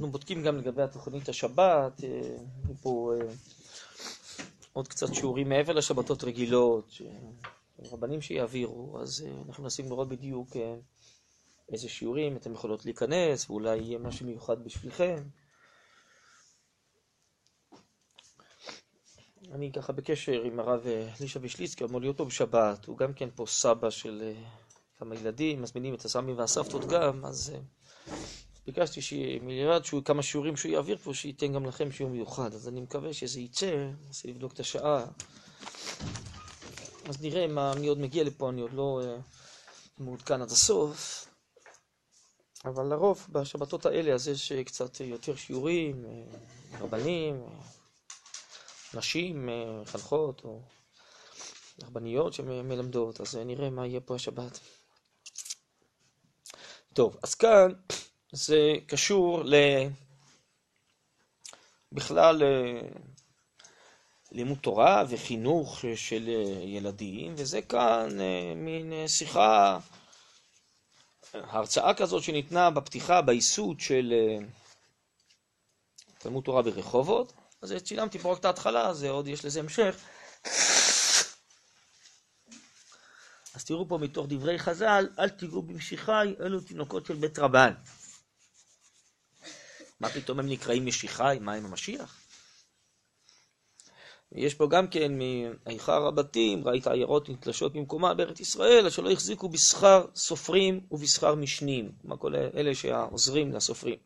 אנחנו בודקים גם לגבי התוכנית השבת, פה עוד קצת שיעורים מעבר לשבתות רגילות, רבנים שיעבירו, אז אנחנו מנסים לראות בדיוק איזה שיעורים אתם יכולות להיכנס, ואולי יהיה משהו מיוחד בשבילכם. אני ככה בקשר עם הרב לישה וישליצקי, אמור להיות פה בשבת, הוא גם כן פה סבא של כמה ילדים, מזמינים את הסבים והסבתות גם, אז ביקשתי שמלבד שהוא כמה שיעורים שהוא יעביר פה, שייתן גם לכם שיעור מיוחד, אז אני מקווה שזה יצא, ננסה לבדוק את השעה, אז נראה מי עוד מגיע לפה, אני עוד לא מעודכן עד הסוף, אבל לרוב בשבתות האלה אז יש קצת יותר שיעורים, רבנים, נשים, חנכות או רבניות שמלמדות, אז נראה מה יהיה פה השבת. טוב, אז כאן זה קשור בכלל לימוד תורה וחינוך של ילדים, וזה כאן מין שיחה, הרצאה כזאת שניתנה בפתיחה, בייסוד של תלמוד תורה ברחובות, אז צילמתי פה רק את ההתחלה, זה עוד יש לזה המשך. אז תראו פה מתוך דברי חז"ל, אל תיגעו במשיחי, אלו תינוקות של בית רבן. מה פתאום הם נקראים משיחי? מה עם המשיח? יש פה גם כן מאיכה רבתים, ראית עיירות נתלשות במקומה בארץ ישראל, שלא החזיקו בשכר סופרים ובשכר משנים. מה כל אלה שעוזרים לסופרים.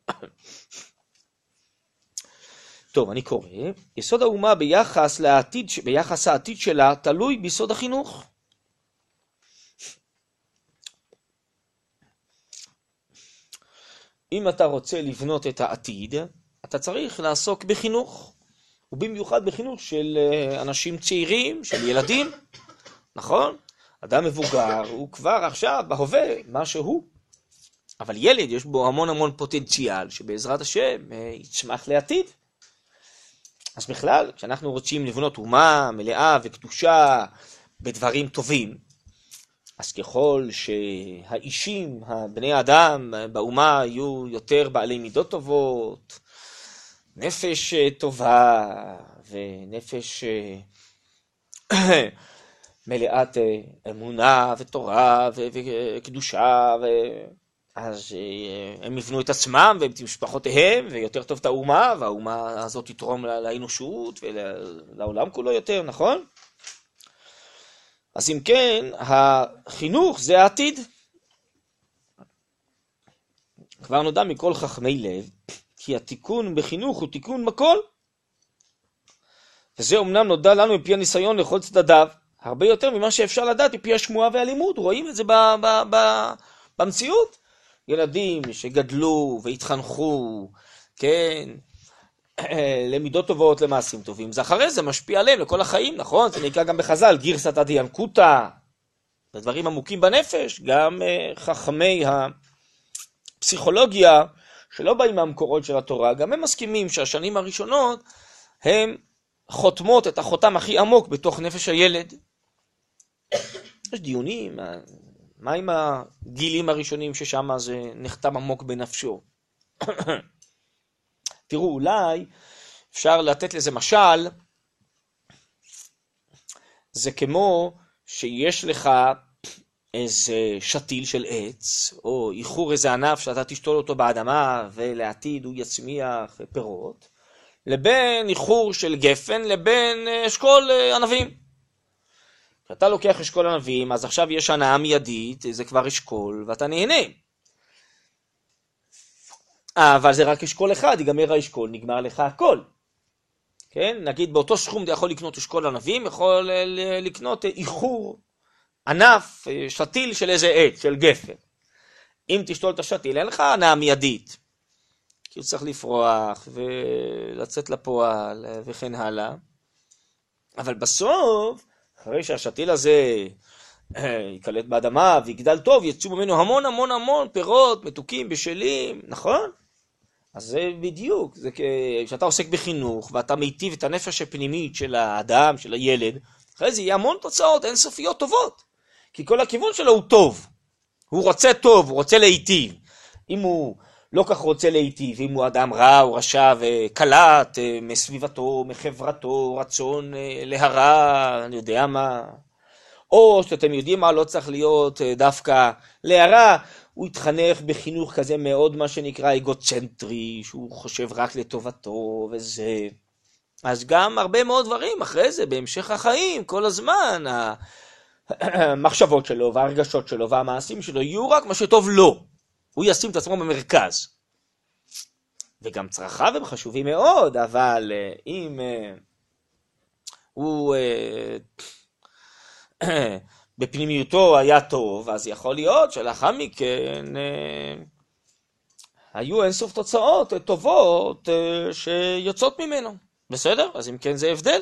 טוב, אני קורא. יסוד האומה ביחס העתיד שלה תלוי ביסוד החינוך. אם אתה רוצה לבנות את העתיד, אתה צריך לעסוק בחינוך, ובמיוחד בחינוך של אנשים צעירים, של ילדים, נכון? אדם מבוגר הוא כבר עכשיו בהווה מה שהוא, אבל ילד יש בו המון פוטנציאל שבעזרת השם יצמח לעתיד. אז בכלל, כשאנחנו רוצים לבנות אומה מלאה וקדושה בדברים טובים, אז ככל שהאישים, בני האדם באומה יהיו יותר בעלי מידות טובות, נפש טובה ונפש מלאת אמונה ותורה וקדושה, אז הם יבנו את עצמם ואת משפחותיהם, ויותר טוב את האומה, והאומה הזאת תתרום לאנושות ולעולם כולו יותר, נכון? אז אם כן, החינוך זה העתיד. כבר נודע מכל חכמי לב, כי התיקון בחינוך הוא תיקון בכל. וזה אומנם נודע לנו מפי הניסיון לכל צדדיו, הרבה יותר ממה שאפשר לדעת מפי השמועה והלימוד. רואים את זה במציאות. ילדים שגדלו והתחנכו, כן, למידות טובות, למעשים טובים, זה אחרי זה משפיע עליהם לכל החיים, נכון? זה נקרא גם בחז"ל, גירסא דינקותא, בדברים עמוקים בנפש, גם חכמי הפסיכולוגיה, שלא באים מהמקורות של התורה, גם הם מסכימים שהשנים הראשונות, הם חותמות את החותם הכי עמוק בתוך נפש הילד. יש דיונים, מה עם הגילים הראשונים ששם זה נחתם עמוק בנפשו? תראו, אולי אפשר לתת לזה משל, זה כמו שיש לך איזה שתיל של עץ, או איחור איזה ענף שאתה תשתול אותו באדמה, ולעתיד הוא יצמיח פירות, לבין איחור של גפן, לבין אשכול ענבים. כשאתה לוקח אשכול ענבים, אז עכשיו יש הנאה מיידית, זה כבר אשכול, ואתה נהנה. אבל זה רק אשכול אחד, ייגמר האשכול, נגמר לך הכל. כן? נגיד באותו סכום אתה יכול לקנות אשכול ענבים, יכול לקנות איחור ענף, שתיל של איזה עץ, של גפן. אם תשתול את השתיל, אין לך הנאה מיידית. כי הוא צריך לפרוח ולצאת לפועל וכן הלאה. אבל בסוף, אחרי שהשתיל הזה יקלט באדמה ויגדל טוב, יצאו ממנו המון פירות, מתוקים, בשלים, נכון? אז זה בדיוק, זה כשאתה עוסק בחינוך ואתה מיטיב את הנפש הפנימית של האדם, של הילד, אחרי זה יהיה המון תוצאות אינסופיות טובות, כי כל הכיוון שלו הוא טוב, הוא רוצה טוב, הוא רוצה להיטיב. אם הוא לא כך רוצה להיטיב, אם הוא אדם רע או רשע וקלט מסביבתו, מחברתו, רצון להרע, אני יודע מה. או שאתם יודעים מה, לא צריך להיות דווקא להרע, הוא התחנך בחינוך כזה מאוד מה שנקרא אגוצנטרי, שהוא חושב רק לטובתו וזה. אז גם הרבה מאוד דברים אחרי זה, בהמשך החיים, כל הזמן, המחשבות שלו והרגשות שלו והמעשים שלו יהיו רק מה שטוב לו. הוא ישים את עצמו במרכז. וגם צרכיו הם חשובים מאוד, אבל אם הוא בפנימיותו היה טוב, אז יכול להיות שלאחר מכן היו אינסוף תוצאות טובות שיוצאות ממנו. בסדר? אז אם כן זה הבדל.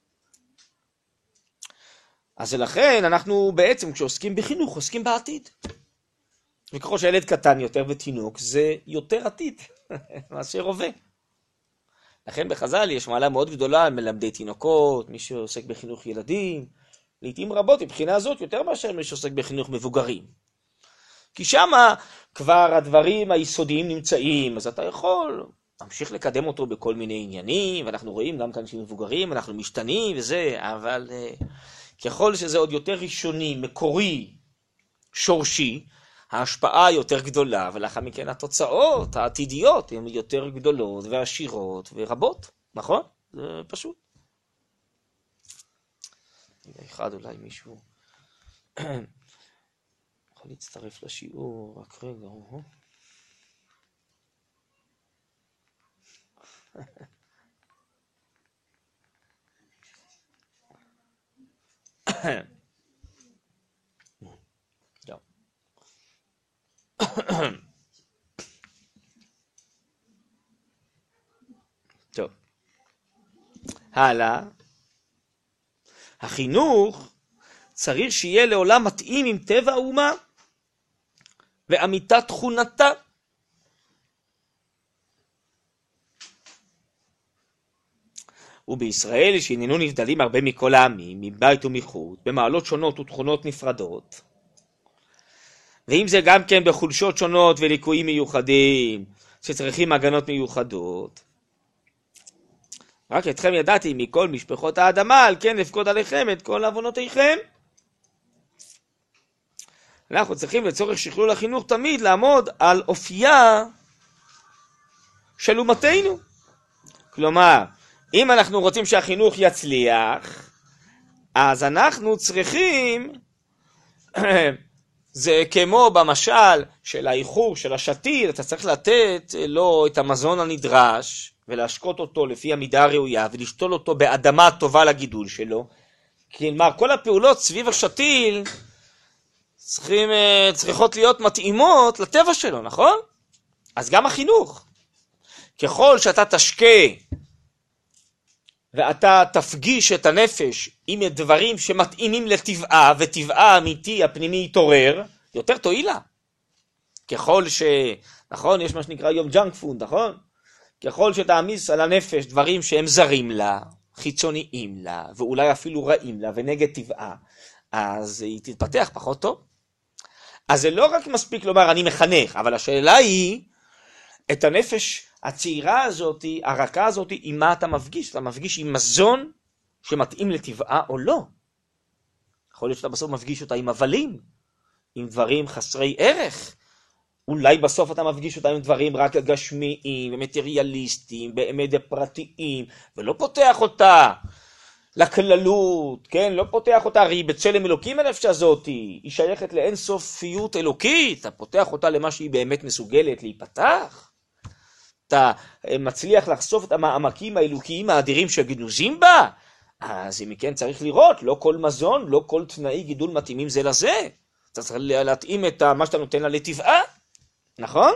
אז לכן אנחנו בעצם כשעוסקים בחינוך עוסקים בעתיד. וככל שהילד קטן יותר ותינוק זה יותר עתיד מאשר הווה. לכן בחז"ל יש מעלה מאוד גדולה על מלמדי תינוקות, מי שעוסק בחינוך ילדים, לעתים רבות מבחינה הזאת יותר מאשר מי שעוסק בחינוך מבוגרים. כי שם כבר הדברים היסודיים נמצאים, אז אתה יכול להמשיך לקדם אותו בכל מיני עניינים, ואנחנו רואים גם כאן שמבוגרים, אנחנו משתנים וזה, אבל ככל שזה עוד יותר ראשוני, מקורי, שורשי, ההשפעה יותר גדולה, ולאחר מכן התוצאות העתידיות הן יותר גדולות ועשירות ורבות, נכון? זה פשוט. אחד אולי מישהו יכול להצטרף לשיעור, רק רגע, טוב. הלאה. החינוך צריך שיהיה לעולם מתאים עם טבע האומה ואמיתת תכונתה. ובישראל שעניינו נבדלים הרבה מכל העמים, מבית ומחוץ, במעלות שונות ותכונות נפרדות. ואם זה גם כן בחולשות שונות וליקויים מיוחדים, שצריכים הגנות מיוחדות. רק אתכם ידעתי מכל משפחות האדמה, על כן לפקוד עליכם את כל עוונותיכם. אנחנו צריכים לצורך שכלול החינוך תמיד לעמוד על אופייה של אומתנו. כלומר, אם אנחנו רוצים שהחינוך יצליח, אז אנחנו צריכים, זה כמו במשל של האיחור של השתיל, אתה צריך לתת לו את המזון הנדרש, ולהשקות אותו לפי המידה הראויה, ולשתול אותו באדמה טובה לגידול שלו. כלומר, כל הפעולות סביב השתיל צריכות להיות מתאימות לטבע שלו, נכון? אז גם החינוך. ככל שאתה תשקה ואתה תפגיש את הנפש עם דברים שמתאימים לטבעה, וטבעה האמיתי הפנימי יתעורר, יותר תועילה. ככל נכון, יש מה שנקרא יום ג'אנק פוד, נכון? ככל שתעמיס על הנפש דברים שהם זרים לה, חיצוניים לה, ואולי אפילו רעים לה, ונגד טבעה, אז היא תתפתח פחות טוב. אז זה לא רק מספיק לומר אני מחנך, אבל השאלה היא, את הנפש הצעירה הזאת, הרכה הזאת, עם מה אתה מפגיש? אתה מפגיש עם מזון שמתאים לטבעה או לא? יכול להיות שאתה בסוף מפגיש אותה עם הבלים, עם דברים חסרי ערך. אולי בסוף אתה מפגיש אותה עם דברים רק גשמיים ומטריאליסטיים, באמת פרטיים, ולא פותח אותה לכללות, כן? לא פותח אותה, הרי בצלם אלוקים הנפש הזאת, היא שייכת לאין סופיות אלוקית, אתה פותח אותה למה שהיא באמת מסוגלת להיפתח, אתה מצליח לחשוף את המעמקים האלוקיים האדירים שגנוזים בה, אז אם כן צריך לראות, לא כל מזון, לא כל תנאי גידול מתאימים זה לזה, אתה צריך להתאים את מה שאתה נותן לה לטבעה, נכון?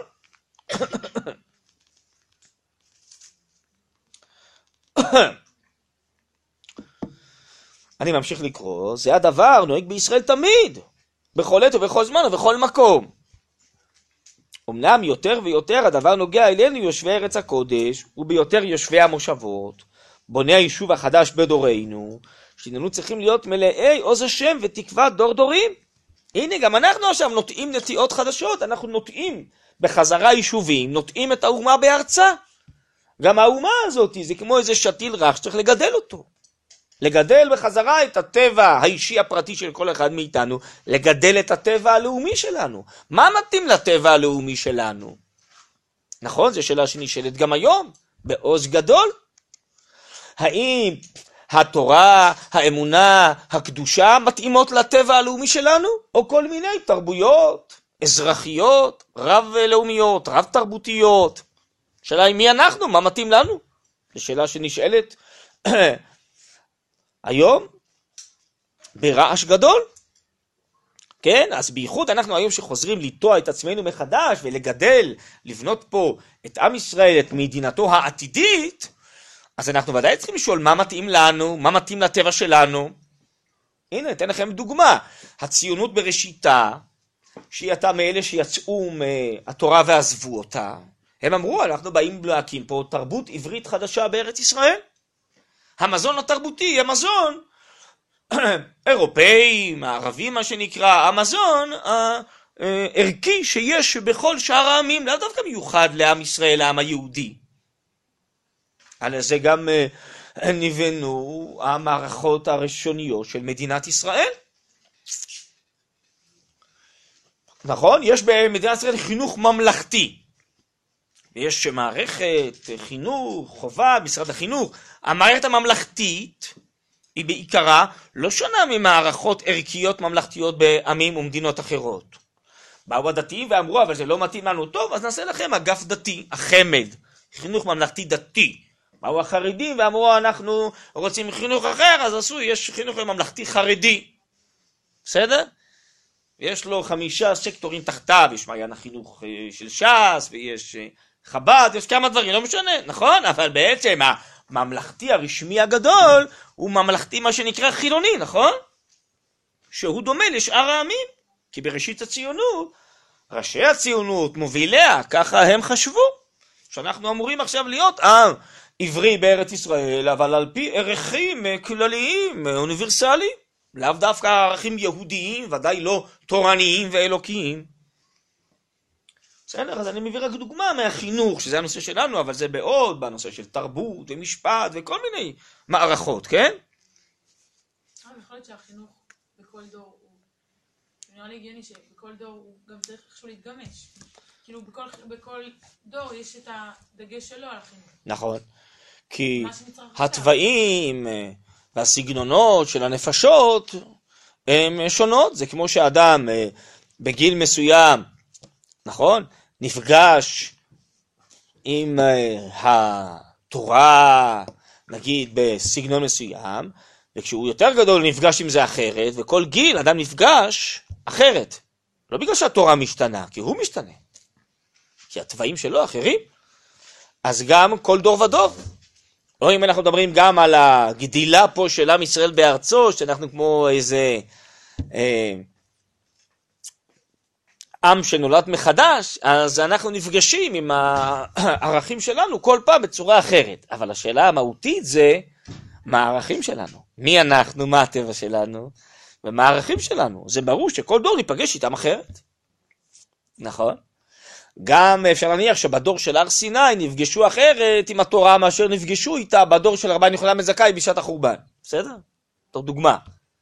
אני ממשיך לקרוא, זה הדבר נוהג בישראל תמיד, בכל עת ובכל זמן ובכל מקום. אמנם יותר ויותר הדבר נוגע אלינו יושבי ארץ הקודש, וביותר יושבי המושבות, בוני היישוב החדש בדורנו, שאיננו צריכים להיות מלאי עוז השם ותקווה דור דורים. הנה, גם אנחנו עכשיו נוטעים נטיעות חדשות, אנחנו נוטעים בחזרה יישובים, נוטעים את האומה בארצה. גם האומה הזאת זה כמו איזה שתיל רך שצריך לגדל אותו. לגדל בחזרה את הטבע האישי הפרטי של כל אחד מאיתנו, לגדל את הטבע הלאומי שלנו. מה מתאים לטבע הלאומי שלנו? נכון, זו שאלה שנשאלת גם היום, בעוז גדול. האם התורה, האמונה, הקדושה מתאימות לטבע הלאומי שלנו? או כל מיני תרבויות, אזרחיות, רב-לאומיות, רב-תרבותיות? שאלה היא מי אנחנו, מה מתאים לנו? זו שאלה שנשאלת היום ברעש גדול. כן, אז בייחוד אנחנו היום שחוזרים לטוע את עצמנו מחדש ולגדל, לבנות פה את עם ישראל, את מדינתו העתידית, אז אנחנו ודאי צריכים לשאול מה מתאים לנו, מה מתאים לטבע שלנו. הנה, אתן לכם דוגמה. הציונות בראשיתה, שהיא הייתה מאלה שיצאו מהתורה ועזבו אותה, הם אמרו, אנחנו באים להקים פה תרבות עברית חדשה בארץ ישראל. המזון התרבותי, המזון אירופאי, מערבי מה שנקרא, המזון הערכי שיש בכל שאר העמים, לא דווקא מיוחד לעם ישראל, לעם היהודי. על זה גם נבנו המערכות הראשוניות של מדינת ישראל. נכון? יש במדינת ישראל חינוך ממלכתי. יש מערכת חינוך, חובה, משרד החינוך. המערכת הממלכתית היא בעיקרה לא שונה ממערכות ערכיות ממלכתיות בעמים ומדינות אחרות. באו הדתיים ואמרו, אבל זה לא מתאים לנו טוב, אז נעשה לכם אגף דתי, החמ"ד, חינוך ממלכתי דתי. באו החרדים ואמרו, אנחנו רוצים חינוך אחר, אז עשו, יש חינוך ממלכתי חרדי. בסדר? יש לו 5 סקטורים תחתיו, יש מעיין החינוך של ש"ס, ויש חב"ד, יש כמה דברים, לא משנה, נכון? אבל בעצם הממלכתי הרשמי הגדול, הוא ממלכתי מה שנקרא חילוני, נכון? שהוא דומה לשאר העמים, כי בראשית הציונות, ראשי הציונות, מוביליה, ככה הם חשבו, שאנחנו אמורים עכשיו להיות עם עברי בארץ ישראל, אבל על פי ערכים כלליים, אוניברסליים, לאו דווקא ערכים יהודיים, ודאי לא תורניים ואלוקיים. בסדר, אז אני מביא רק דוגמה מהחינוך, שזה הנושא שלנו, אבל זה בעוד, בנושא של תרבות ומשפט וכל מיני מערכות, כן? יכול להיות שהחינוך בכל דור, נראה לי הגיוני שבכל דור הוא גם צריך איכשהו להתגמש. כאילו בכל דור יש את הדגש שלו על החינוך. נכון, כי הצבעים והסגנונות של הנפשות הם שונות. זה כמו שאדם בגיל מסוים, נכון, נפגש עם התורה, נגיד בסגנון מסוים, וכשהוא יותר גדול נפגש עם זה אחרת, וכל גיל אדם נפגש אחרת. לא בגלל שהתורה משתנה, כי הוא משתנה. כי הצבעים שלו אחרים. אז גם כל דור ודור. או אם אנחנו מדברים גם על הגדילה פה של עם ישראל בארצו, שאנחנו כמו איזה עם שנולד מחדש, אז אנחנו נפגשים עם הערכים שלנו כל פעם בצורה אחרת. אבל השאלה המהותית זה, מה הערכים שלנו? מי אנחנו, מה הטבע שלנו, ומה הערכים שלנו? זה ברור שכל דור ניפגש איתם אחרת. נכון? גם אפשר להניח שבדור של הר סיני נפגשו אחרת עם התורה מאשר נפגשו איתה בדור של רבן יוחנן בן זכאי בשעת החורבן. בסדר? תוך דוגמה.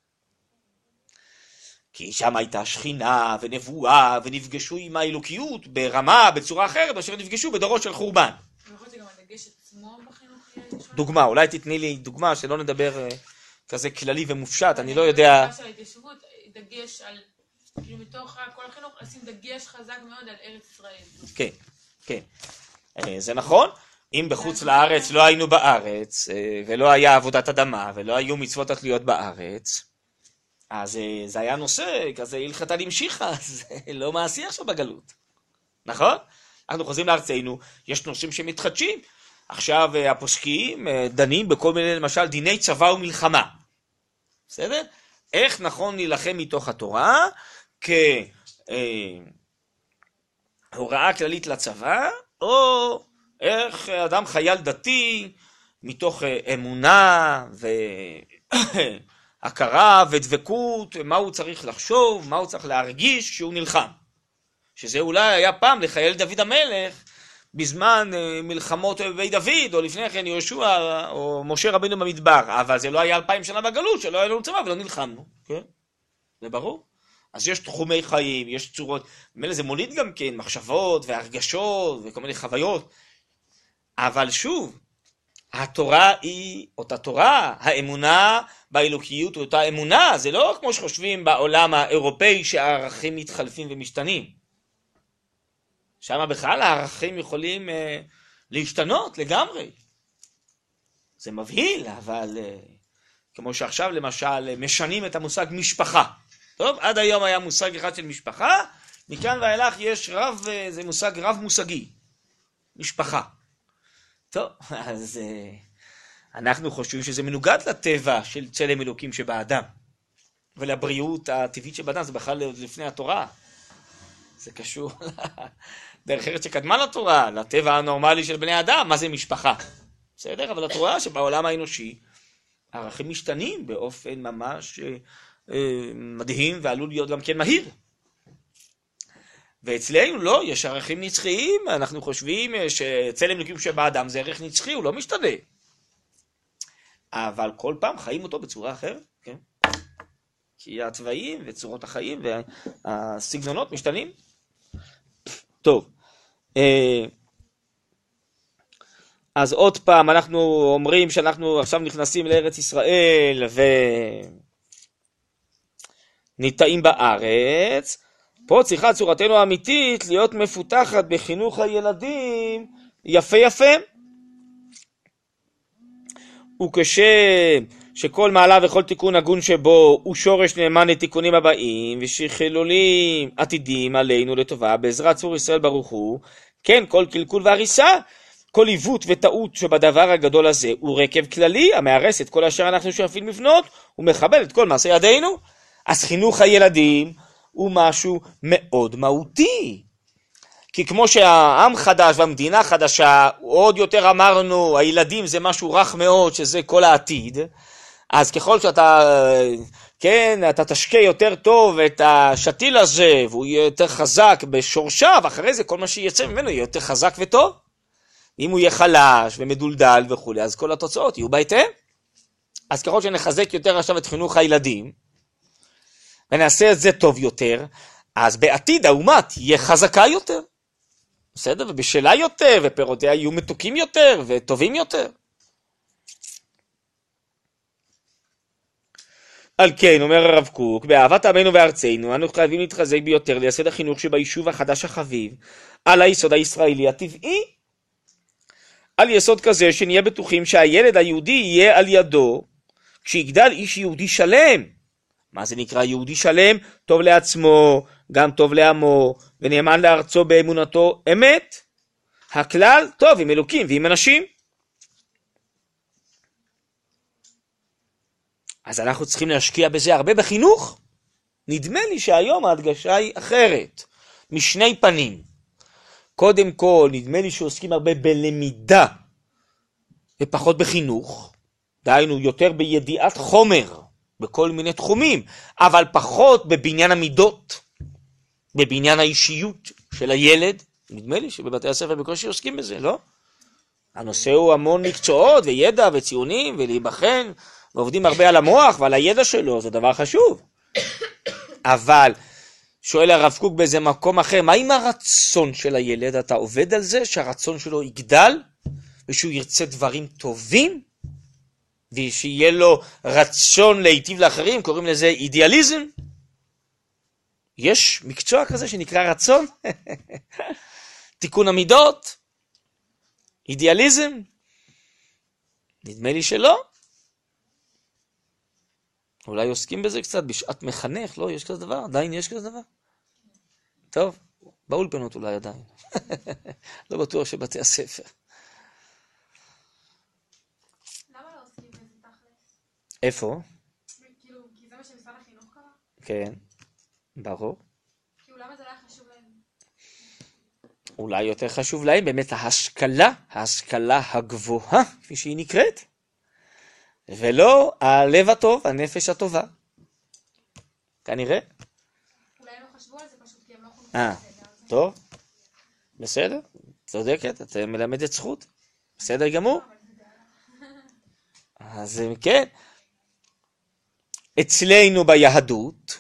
כי שם הייתה שכינה ונבואה ונפגשו עם האלוקיות ברמה, בצורה אחרת, מאשר נפגשו בדורו של חורבן. יכול להיות שגם הדגש עצמו בחינוך יהיה? דוגמה, אולי תתני לי דוגמה שלא נדבר כזה כללי ומופשט, אני לא יודע. הדגש של ההתיישבות, דגש על, כאילו מתוך כל החינוך, לשים דגש חזק מאוד על ארץ ישראל. כן, כן. זה נכון. אם בחוץ לארץ לא היינו בארץ, ולא היה עבודת אדמה, ולא היו מצוות התלויות בארץ, אז זה היה נושא כזה הלכתה למשיכה, זה לא מעשי עכשיו בגלות. נכון? אנחנו חוזרים לארצנו, יש נושאים שמתחדשים. עכשיו הפוסקים דנים בכל מיני, למשל, דיני צבא ומלחמה. בסדר? איך נכון להילחם מתוך התורה, כהוראה כללית לצבא, או איך אדם חייל דתי, מתוך אמונה הכרה ודבקות, מה הוא צריך לחשוב, מה הוא צריך להרגיש כשהוא נלחם. שזה אולי היה פעם לחייל דוד המלך, בזמן מלחמות בית דוד, או לפני כן יהושע, או משה רבינו במדבר, אבל זה לא היה 2000 שנה בגלות, שלא היה לנו צבא ולא נלחמנו, כן? זה ברור. אז יש תחומי חיים, יש צורות, ממילא זה מוליד גם כן, מחשבות והרגשות וכל מיני חוויות, אבל שוב, התורה היא אותה תורה, האמונה באלוקיות היא אותה אמונה, זה לא כמו שחושבים בעולם האירופאי שהערכים מתחלפים ומשתנים. שם בכלל הערכים יכולים להשתנות לגמרי. זה מבהיל, אבל כמו שעכשיו למשל משנים את המושג משפחה. טוב, עד היום היה מושג אחד של משפחה, מכאן ואילך יש רב, זה מושג רב מושגי, משפחה. טוב, אז אנחנו חושבים שזה מנוגד לטבע של צלם אלוקים שבאדם, ולבריאות הטבעית שבאדם, זה בכלל לפני התורה. זה קשור לדרך ארץ שקדמה לתורה, לטבע הנורמלי של בני אדם, מה זה משפחה? בסדר, אבל התורה שבעולם האנושי, הערכים משתנים באופן ממש מדהים ועלול להיות גם כן מהיר. ואצלנו לא, יש ערכים נצחיים, אנחנו חושבים שצלם אלוקים שבאדם זה ערך נצחי, הוא לא משתנה. אבל כל פעם חיים אותו בצורה אחרת, כן? כי הצבעים וצורות החיים והסגנונות משתנים. טוב, אז עוד פעם אנחנו אומרים שאנחנו עכשיו נכנסים לארץ ישראל וניטעים בארץ. פה צריכה צורתנו האמיתית להיות מפותחת בחינוך הילדים יפה יפה. שכל מעלה וכל תיקון הגון שבו הוא שורש נאמן לתיקונים הבאים ושחילולים עתידים עלינו לטובה בעזרת צור ישראל ברוך הוא. כן, כל קלקול והריסה, כל עיוות וטעות שבדבר הגדול הזה הוא רקב כללי המארס את כל אשר אנחנו שואפים לבנות ומכבד את כל מעשה ידינו. אז חינוך הילדים הוא משהו מאוד מהותי. כי כמו שהעם חדש והמדינה חדשה, עוד יותר אמרנו, הילדים זה משהו רך מאוד, שזה כל העתיד, אז ככל שאתה, כן, אתה תשקה יותר טוב את השתיל הזה, והוא יהיה יותר חזק בשורשיו, אחרי זה כל מה שיצא ממנו יהיה יותר חזק וטוב. אם הוא יהיה חלש ומדולדל וכו', אז כל התוצאות יהיו בהתאם. אז ככל שנחזק יותר עכשיו את חינוך הילדים, ונעשה את זה טוב יותר, אז בעתיד האומה תהיה חזקה יותר. בסדר? ובשלה יותר, ופירותיה יהיו מתוקים יותר, וטובים יותר. על כן, אומר הרב קוק, באהבת עמנו וארצנו, אנו חייבים להתחזק ביותר לייסד החינוך שביישוב החדש החביב, על היסוד הישראלי הטבעי. על יסוד כזה שנהיה בטוחים שהילד היהודי יהיה על ידו, כשיגדל איש יהודי שלם. מה זה נקרא יהודי שלם? טוב לעצמו, גם טוב לעמו, ונאמן לארצו באמונתו אמת. הכלל טוב עם אלוקים ועם אנשים. אז אנחנו צריכים להשקיע בזה הרבה בחינוך. נדמה לי שהיום ההדגשה היא אחרת, משני פנים. קודם כל, נדמה לי שעוסקים הרבה בלמידה, ופחות בחינוך. דהיינו יותר בידיעת חומר, בכל מיני תחומים, אבל פחות בבניין המידות, בבניין האישיות של הילד. נדמה לי שבבתי הספר בקושי עוסקים בזה, לא? הנושא הוא המון מקצועות וידע וציונים ולהיבחן, ועובדים הרבה על המוח ועל הידע שלו, זה דבר חשוב. אבל שואל הרב קוק באיזה מקום אחר, מה עם הרצון של הילד? אתה עובד על זה שהרצון שלו יגדל, ושהוא ירצה דברים טובים, ושיהיה לו רצון להיטיב לאחרים, קוראים לזה אידיאליזם. יש מקצוע כזה שנקרא רצון, תיקון המידות, אידיאליזם. נדמה לי שלא. אולי עוסקים בזה קצת בשעת מחנך, לא? יש כזה דבר? עדיין יש כזה דבר? טוב, באולפנות אולי עדיין. לא בטוח שבתי הספר. למה לא עוסקים בזה תכלס? איפה? כאילו, כי זה מה שמשרד החינוך קרה? כן, ברור. כאילו, למה זה לא היה חשוב להם? אולי יותר חשוב להם באמת ההשכלה הגבוהה, כפי שהיא נקראת. ולא הלב הטוב, הנפש הטובה. כנראה. אולי לא חשבו על זה פשוט כי הם לא חושבים על זה. טוב. בסדר, צודקת, את מלמדת זכות. בסדר גמור. אז כן. אצלנו ביהדות,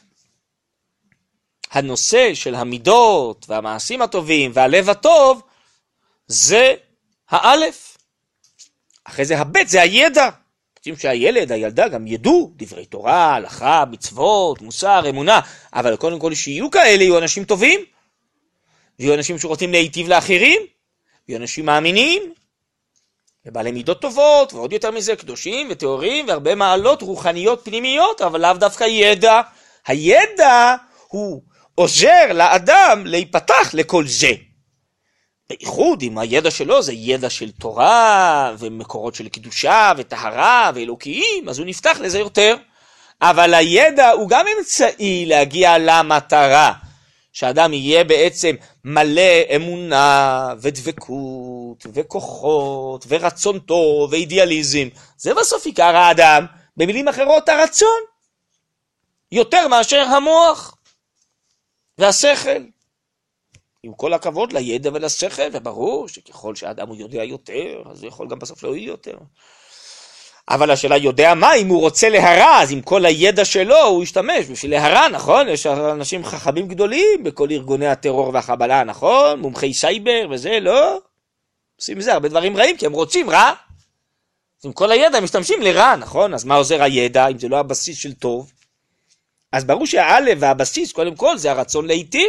הנושא של המידות והמעשים הטובים והלב הטוב, זה האלף. אחרי זה הבית, זה הידע. רוצים שהילד, הילדה גם ידעו דברי תורה, הלכה, מצוות, מוסר, אמונה, אבל קודם כל שיהיו כאלה, יהיו אנשים טובים, ויהיו אנשים שרוצים להיטיב לאחרים, ויהיו אנשים מאמינים, ובעלי מידות טובות, ועוד יותר מזה, קדושים וטהורים, והרבה מעלות רוחניות פנימיות, אבל לאו דווקא ידע. הידע הוא עוזר לאדם להיפתח לכל זה. בייחוד אם הידע שלו זה ידע של תורה, ומקורות של קדושה, וטהרה, ואלוקיים, אז הוא נפתח לזה יותר. אבל הידע הוא גם אמצעי להגיע למטרה, שאדם יהיה בעצם מלא אמונה, ודבקות, וכוחות, ורצון טוב, ואידיאליזם. זה בסוף עיקר האדם, במילים אחרות הרצון, יותר מאשר המוח, והשכל. עם כל הכבוד לידע ולשכל, וברור שככל שהאדם הוא יודע יותר, אז הוא יכול גם בסוף להועיל יותר. אבל השאלה יודע מה, אם הוא רוצה להרע, אז עם כל הידע שלו הוא ישתמש בשביל להרע, נכון? יש אנשים חכמים גדולים בכל ארגוני הטרור והחבלה, נכון? מומחי סייבר וזה, לא? עושים מזה הרבה דברים רעים, כי הם רוצים רע. אז עם כל הידע הם משתמשים לרע, נכון? אז מה עוזר הידע, אם זה לא הבסיס של טוב? אז ברור שהאלף והבסיס, קודם כל, זה הרצון להיטיב.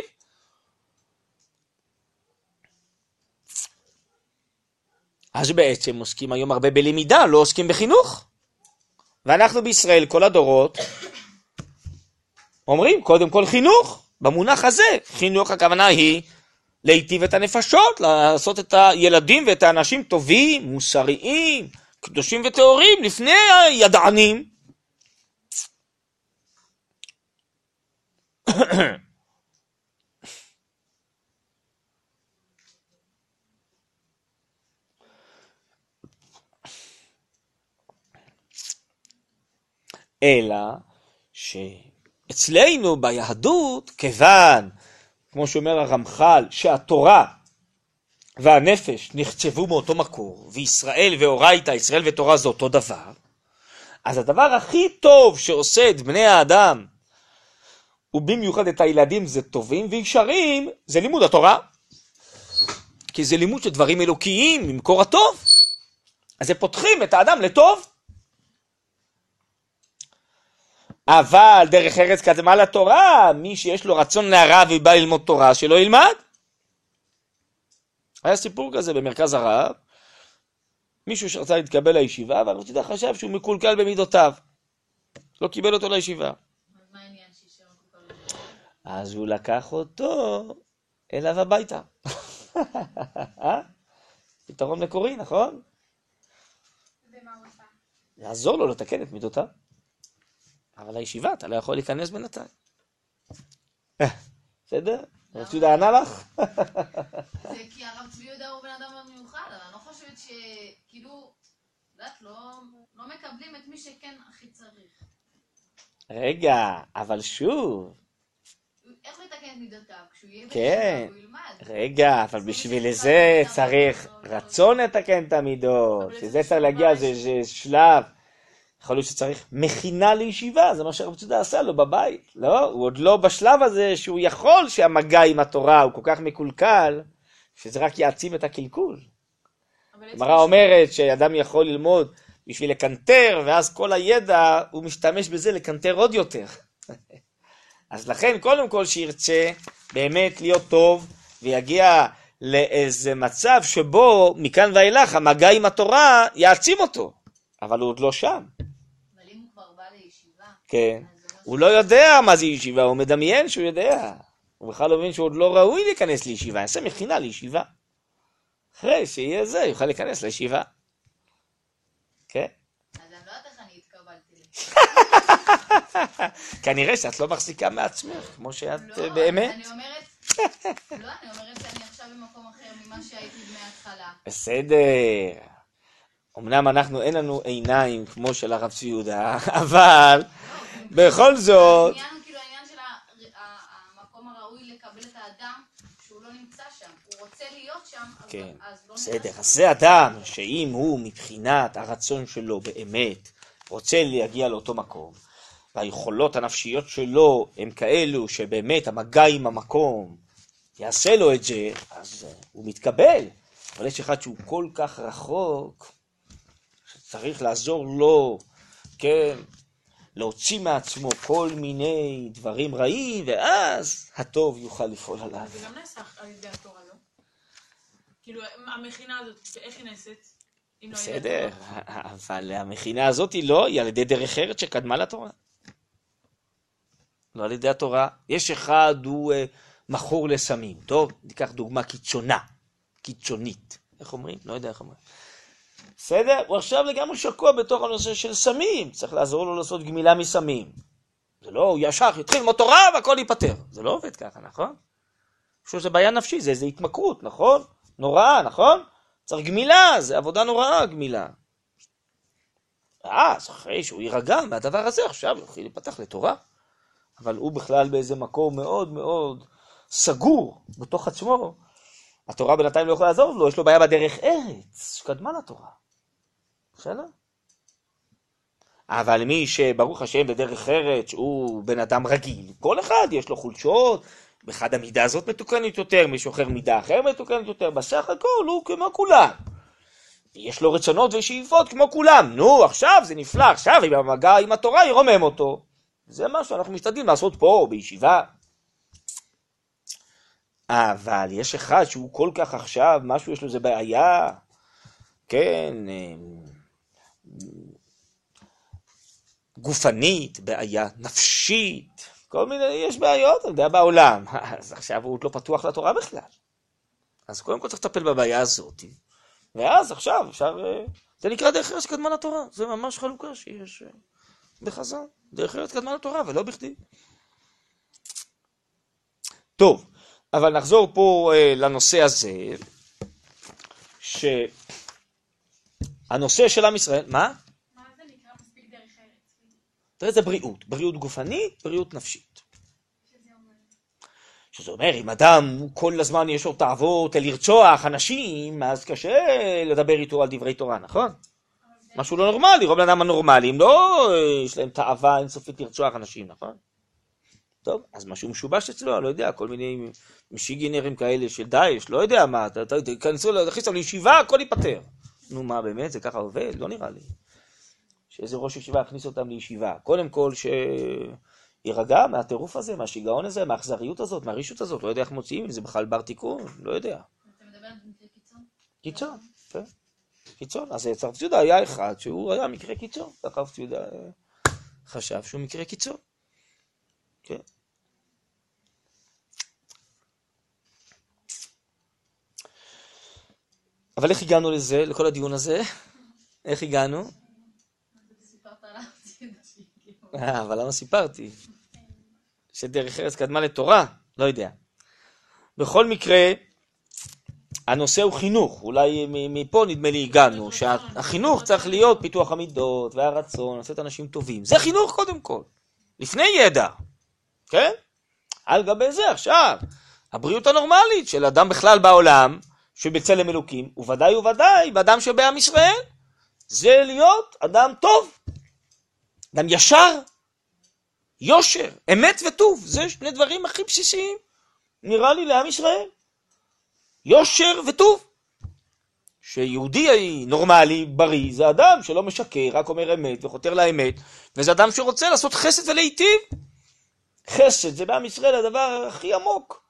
אז בעצם עוסקים היום הרבה בלמידה, לא עוסקים בחינוך. ואנחנו בישראל, כל הדורות, אומרים קודם כל חינוך. במונח הזה, חינוך הכוונה היא להיטיב את הנפשות, לעשות את הילדים ואת האנשים טובים, מוסריים, קדושים וטהורים, לפני הידענים. אלא שאצלנו ביהדות, כיוון, כמו שאומר הרמח"ל, שהתורה והנפש נחצבו מאותו מקור, וישראל ואורייתא, ישראל ותורה זה אותו דבר, אז הדבר הכי טוב שעושה את בני האדם, ובמיוחד את הילדים זה טובים וישרים, זה לימוד התורה. כי זה לימוד של דברים אלוקיים, ממקור הטוב. אז זה פותחים את האדם לטוב. אבל דרך ארץ קדמה לתורה, מי שיש לו רצון להרע ובא ללמוד תורה, שלא ילמד. היה סיפור כזה במרכז הרב, מישהו שרצה להתקבל לישיבה, אבל הוא חשב שהוא מקולקל במידותיו. לא קיבל אותו לישיבה. אז הוא לקח אותו אליו הביתה. פתרון מקורי, נכון? ומה הוא עשה? לעזור לו לתקן את מידותיו. אבל לישיבה אתה לא יכול להיכנס בינתיים. בסדר? הרב צבי ענה לך? זה כי הרב צבי יהודה הוא בן אדם מאוד מיוחד, אבל אני לא חושבת שכאילו, לא מקבלים את מי שכן הכי צריך. רגע, אבל שוב. איך לתקן את מידותיו? כשהוא יהיה כן. בישיבה הוא ילמד. רגע, אבל בשביל זה צריך רצון לתקן את המידות, שזה צריך להגיע, זה שלב. יכול להיות שצריך מכינה לישיבה, זה מה שהרב צבי עשה לו בבית, לא? הוא עוד לא בשלב הזה שהוא יכול שהמגע עם התורה הוא כל כך מקולקל, שזה רק יעצים את הקלקול. הגמרא אומרת שאדם יכול ללמוד בשביל לקנטר, ואז כל הידע הוא משתמש בזה לקנטר עוד יותר. אז לכן קודם כל שירצה באמת להיות טוב, ויגיע לאיזה מצב שבו מכאן ואילך המגע עם התורה יעצים אותו, אבל הוא עוד לא שם. אבל אם הוא כבר בא לישיבה, כן. הוא לא יודע מה זה ישיבה, הוא מדמיין שהוא יודע. הוא בכלל לא מבין שהוא עוד לא ראוי להיכנס לישיבה, יעשה מכינה לישיבה. אחרי שיהיה זה, יוכל להיכנס לישיבה. כן? אז אני לא יודעת איך אני התקבלתי. כנראה שאת לא מחזיקה מעצמך, כמו שאת לא, באמת. אני אומרת שאני עכשיו במקום אחר ממה שהייתי מההתחלה. בסדר. אמנם אנחנו אין לנו עיניים כמו של הרב צבי יהודה, אבל בכל זאת... העניין הוא כאילו העניין של המקום הראוי לקבל את האדם שהוא לא נמצא שם. הוא רוצה להיות שם, כן, אז לא בסדר. נראה אז זה אדם שאם הוא מבחינת הרצון שלו באמת רוצה להגיע לאותו מקום, והיכולות הנפשיות שלו הם כאלו שבאמת המגע עם המקום יעשה לו את זה, אז הוא מתקבל. אבל יש אחד שהוא כל כך רחוק, שצריך לעזור לו, כן, להוציא מעצמו כל מיני דברים רעים, ואז הטוב יוכל לפעול עליו. זה גם נעשה על ידי התורה, לא? כאילו, המכינה הזאת, איך היא נעשית? בסדר, אבל המכינה הזאת היא לא, היא על ידי דרך ארץ שקדמה לתורה. לא על ידי התורה. יש אחד, הוא מכור לסמים. טוב, ניקח דוגמה קיצונית. איך אומרים? לא יודע איך אומרים. בסדר? הוא עכשיו לגמרי שקוע בתוך הנושא של סמים. צריך לעזור לו לעשות גמילה מסמים. זה לא, הוא ישר יתחיל מהתורה והכל ייפטר. זה לא עובד ככה, נכון? שזה בעיה נפשית, זה התמכרות, נכון? נוראה, נכון? צריך גמילה, זה עבודה נוראה, גמילה. אז אחרי שהוא יירגע מהדבר הזה, עכשיו הוא יתחיל להיפתח לתורה. אבל הוא בכלל באיזה מקום מאוד מאוד סגור בתוך עצמו. התורה בינתיים לא יכולה לעזור לו, יש לו בעיה בדרך ארץ, שקדמה לתורה. בסדר? אבל מי שברוך השם בדרך ארץ הוא בן אדם רגיל, כל אחד יש לו חולשות, באחד המידה הזאת מתוקנת יותר, מישהו אחר מידה אחר מתוקנת יותר, בסך הכל הוא כמו כולם. יש לו רצונות ושאיפות כמו כולם. נו, עכשיו זה נפלא, עכשיו אם המגע עם התורה ירומם אותו. זה מה שאנחנו משתדלים לעשות פה, בישיבה. אבל יש אחד שהוא כל כך עכשיו, משהו יש לו זה בעיה, כן, גופנית, בעיה נפשית, כל מיני, יש בעיות, אני יודע, בעולם. אז עכשיו הוא לא פתוח לתורה בכלל. אז קודם כל צריך לטפל בבעיה הזאת. ואז עכשיו אפשר, זה נקרא דרך ארץ קדמה לתורה. זה ממש חלוקה שיש בחז"ל. דרך ארץ קדמה לתורה, ולא בכדי. טוב, אבל נחזור פה לנושא הזה, שהנושא של עם ישראל, מה? מה זה נקרא מספיק דרך ארץ? תראה, זה בריאות, בריאות גופנית, בריאות נפשית. שזה אומר, אם אדם כל הזמן יש לו תאוות לרצוח אנשים, אז קשה לדבר איתו על דברי תורה, נכון? משהו לא נורמלי, רוב האדם הנורמליים לא יש להם תאווה אינסופית לרצוח אנשים, נכון? טוב, אז משהו משובש אצלו, אני לא יודע, כל מיני משיגינרים כאלה של דאעש, לא יודע מה, תכנסו להכניס אותם לישיבה, הכל ייפטר. נו מה, באמת, זה ככה עובד? לא נראה לי. שאיזה ראש ישיבה יכניס אותם לישיבה. קודם כל שירגע מהטירוף הזה, מהשיגעון הזה, מהאכזריות הזאת, מהרישות הזאת, לא יודע איך מוציאים, אם זה בכלל בר תיקון, לא יודע. אתה מדבר על מקרה קיצון? קיצון, כן. קיצון. אז הרב ציודה היה אחד שהוא היה מקרה קיצון. הרב ציודה חשב שהוא מקרה קיצון. כן. אבל איך הגענו לזה, לכל הדיון הזה? איך הגענו? סיפרת עליו. אבל למה סיפרתי? שדרך ארץ קדמה לתורה? לא יודע. בכל מקרה, הנושא הוא חינוך. אולי מפה נדמה לי הגענו, שהחינוך צריך להיות פיתוח המידות והרצון, לעשות אנשים טובים. זה חינוך קודם כל. לפני ידע. כן? על גבי זה עכשיו. הבריאות הנורמלית של אדם בכלל בעולם, שבצלם אלוקים, וודאי באדם שבעם ישראל, זה להיות אדם טוב. אדם ישר, יושר, אמת וטוב. זה שני דברים הכי בסיסיים, נראה לי, לעם ישראל. יושר וטוב. שיהודי נורמלי, בריא, זה אדם שלא משקר, רק אומר אמת וחותר לאמת, וזה אדם שרוצה לעשות חסד ולהיטיב. חסד זה בעם ישראל הדבר הכי עמוק.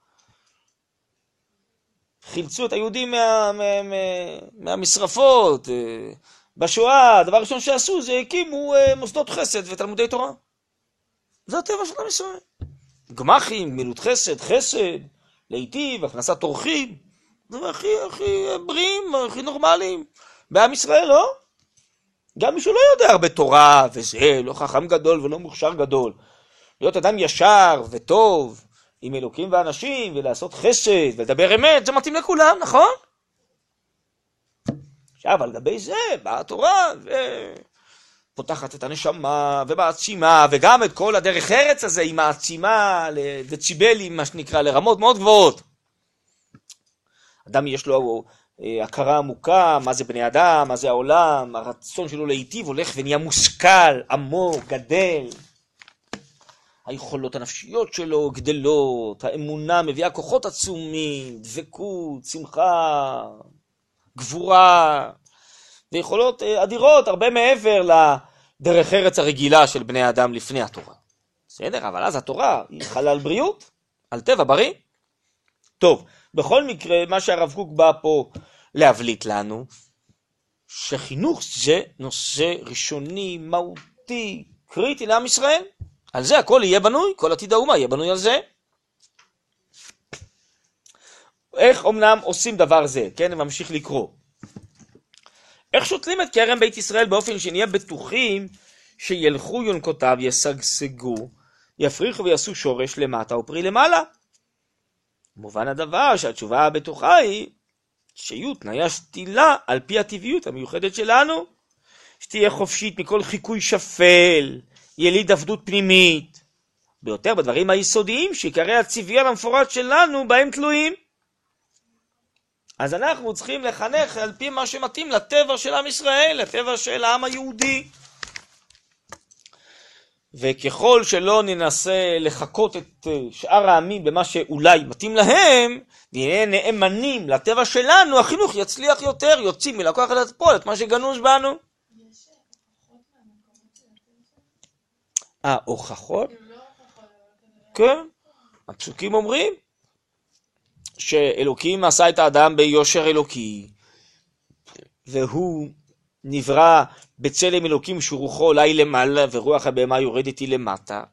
חילצו את היהודים מהמשרפות, בשואה, הדבר הראשון שעשו זה הקימו מוסדות חסד ותלמודי תורה. זה הטבע של עם ישראל. גמחים, גמילות חסד, חסד, להיטיב, הכנסת אורחים, זה הכי בריאים, הכי נורמליים. בעם ישראל, לא? גם מישהו לא יודע הרבה תורה וזה, לא חכם גדול ולא מוכשר גדול. להיות אדם ישר וטוב, עם אלוקים ואנשים, ולעשות חסד, ולדבר אמת, זה מתאים לכולם, נכון? עכשיו, על גבי זה באה התורה ופותחת את הנשמה ומעצימה, וגם את כל הדרך ארץ הזה היא מעצימה לדציבלים, מה שנקרא, לרמות מאוד גבוהות. אדם יש לו הכרה עמוקה, מה זה בני אדם, מה זה העולם, הרצון שלו להיטיב הולך ונהיה מושכל, עמוק, גדל. היכולות הנפשיות שלו גדלות, האמונה מביאה כוחות עצומים, דבקות, שמחה, גבורה, ויכולות אדירות, הרבה מעבר לדרך ארץ הרגילה של בני האדם לפני התורה. בסדר, אבל אז התורה היא חלה על בריאות, על טבע בריא. טוב, בכל מקרה, מה שהרב קוק בא פה להבליט לנו, שחינוך זה נושא ראשוני, מהותי, קריטי לעם ישראל. על זה הכל יהיה בנוי, כל עתיד האומה יהיה בנוי על זה. איך אמנם עושים דבר זה? כן, ממשיך לקרוא. איך שותלים את כרם בית ישראל באופן שנהיה בטוחים שילכו יונקותיו, ישגשגו, יפריחו ויעשו שורש למטה ופרי למעלה? מובן הדבר שהתשובה הבטוחה היא שיהיו תנאי השתילה על פי הטבעיות המיוחדת שלנו, שתהיה חופשית מכל חיקוי שפל, יליד עבדות פנימית, ביותר בדברים היסודיים שעיקרי הצביון המפורט שלנו בהם תלויים. אז אנחנו צריכים לחנך על פי מה שמתאים לטבע של עם ישראל, לטבע של העם היהודי. וככל שלא ננסה לחכות את שאר העמים במה שאולי מתאים להם, נהיה נאמנים לטבע שלנו, החינוך יצליח יותר, יוצאים מלקוח אל הפועל את מה שגנוז בנו. יש הוכחות מהמקומות של הטבע? הוכחות? כאילו לא הוכחות, אבל כן. הפסוקים אומרים שאלוקים עשה את האדם ביושר אלוקי, והוא נברא בצלם אלוקים שרוחו עולה למעלה, ורוח הבהמה יורדת היא למטה.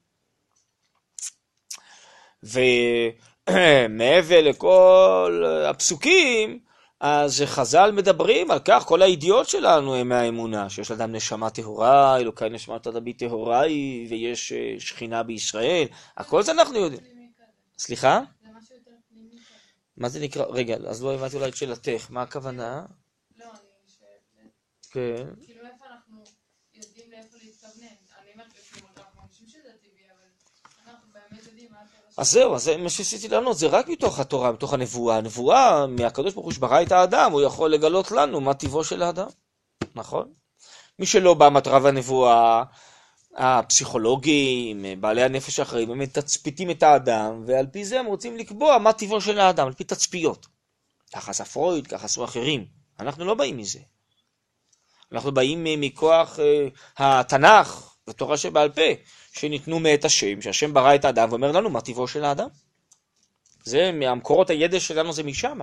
ומעבר לכל הפסוקים, אז חז"ל מדברים על כך, כל הידיעות שלנו הם מהאמונה, שיש לאדם נשמה טהורה, אלוקי נשמת אדמית טהורה היא, ויש שכינה בישראל, הכל זה אנחנו יודעים. סליחה? זה משהו יותר פנימי כזה. מה זה נקרא? רגע, אז לא הבנתי אולי את שאלתך, מה הכוונה? לא, אני שואלת, כן. כאילו איפה אנחנו יודעים לאיפה להתכוונן? אני אומרת, כאילו, אנחנו מרגישים שזה טבעי, אבל אנחנו באמת יודעים מה הטבע שלנו. אז זהו, אז מה שעשיתי לענות, זה רק מתוך התורה, מתוך הנבואה. הנבואה, מהקדוש ברוך הוא שברא את האדם, הוא יכול לגלות לנו מה טבעו של האדם. נכון? מי שלא בא מטרה והנבואה, הפסיכולוגים, בעלי הנפש האחרים, הם מתצפיתים את האדם, ועל פי זה הם רוצים לקבוע מה טבעו של האדם, על פי תצפיות. ככה עשה פרויד, ככה עשו אחרים. אנחנו לא באים מזה. אנחנו באים מכוח התנ"ך, ותורה שבעל פה, שניתנו מאת השם, שהשם ברא את האדם, ואומר לנו מה טבעו של האדם. זה מהמקורות הידע שלנו, זה משם.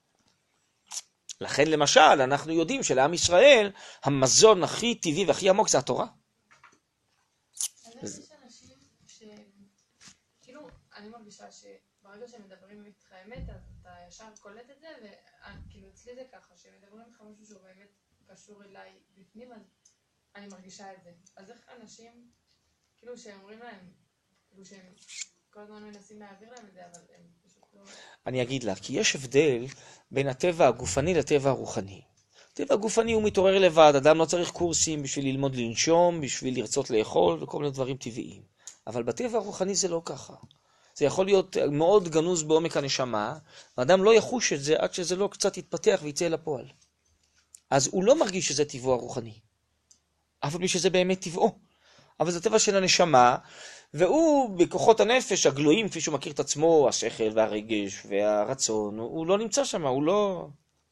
לכן למשל, אנחנו יודעים שלעם ישראל, המזון הכי טבעי והכי עמוק זה התורה. אז יש אנשים כאילו, אני מרגישה שברגע שמדברים איתך אמת, אז אתה ישר קולט את זה, וכאילו אצלי זה ככה, שמדברים איתך משהו שהוא באמת קשור אליי בפנים, אז אני מרגישה את זה. אז איך אנשים, כאילו שאומרים להם, כאילו שהם כל הזמן מנסים להעביר להם את זה, אבל הם פשוט לא... אני אגיד לה, כי יש הבדל בין הטבע הגופני לטבע הרוחני. הטבע הגופני הוא מתעורר לבד, אדם לא צריך קורסים בשביל ללמוד לנשום, בשביל לרצות לאכול וכל מיני דברים טבעיים. אבל בטבע הרוחני זה לא ככה. זה יכול להיות מאוד גנוז בעומק הנשמה, ואדם לא יחוש את זה עד שזה לא קצת יתפתח ויצא אל הפועל. אז הוא לא מרגיש שזה טבעו הרוחני, אף על פי שזה באמת טבעו. אבל זה טבע של הנשמה, והוא בכוחות הנפש הגלויים, כפי שהוא מכיר את עצמו, השכל והרגש והרצון, הוא לא נמצא שם, הוא לא...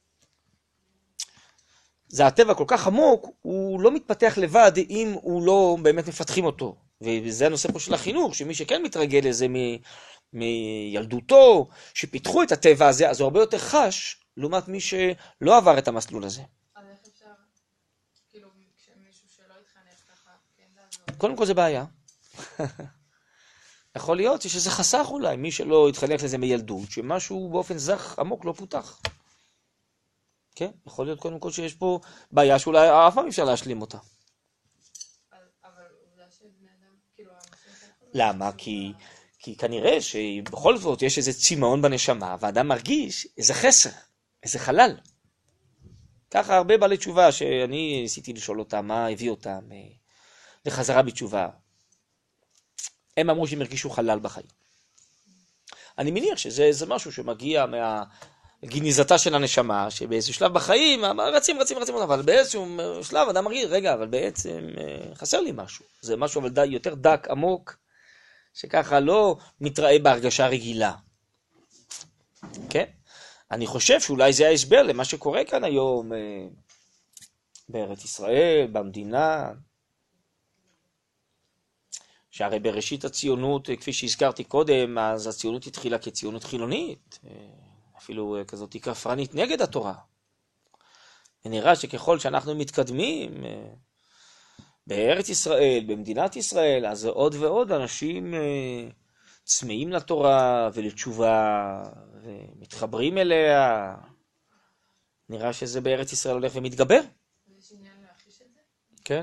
זה הטבע כל כך עמוק, הוא לא מתפתח לבד אם הוא לא באמת מפתחים אותו. וזה הנושא פה של החינוך, שמי שכן מתרגל לזה מילדותו, שפיתחו את הטבע הזה, אז הוא הרבה יותר חש, לעומת מי שלא עבר את המסלול הזה. אז איך אפשר, כאילו, כשמישהו שלא התחנך ככה, כן לעזור? קודם כל זה בעיה. יכול להיות שזה חסך אולי, מי שלא התחנך לזה מילדות, שמשהו באופן זך עמוק לא פותח. כן, יכול להיות קודם כל שיש פה בעיה שאולי אף פעם אפשר להשלים אותה. אבל עובדה שבני אדם, כאילו, האנשים... למה? כי כנראה שבכל זאת יש איזה צמאון בנשמה, והאדם מרגיש איזה חסר, איזה חלל. ככה הרבה בעלי תשובה שאני ניסיתי לשאול אותם מה הביא אותם לחזרה בתשובה. הם אמרו שהם הרגישו חלל בחיים. אני מניח שזה משהו שמגיע מהגניזתה של הנשמה, שבאיזשהו שלב בחיים רצים, אבל באיזשהו שלב אדם מרגיש, רגע, אבל בעצם חסר לי משהו. זה משהו אבל יותר דק, עמוק, שככה לא מתראה בהרגשה רגילה. כן? אני חושב שאולי זה ההסבר למה שקורה כאן היום בארץ ישראל, במדינה, שהרי בראשית הציונות, כפי שהזכרתי קודם, אז הציונות התחילה כציונות חילונית, אפילו כזאת כפרנית נגד התורה. ונראה שככל שאנחנו מתקדמים בארץ ישראל, במדינת ישראל, אז עוד ועוד אנשים צמאים לתורה ולתשובה ומתחברים אליה. נראה שזה בארץ ישראל הולך ומתגבר. יש עניין להחיש את זה? כן.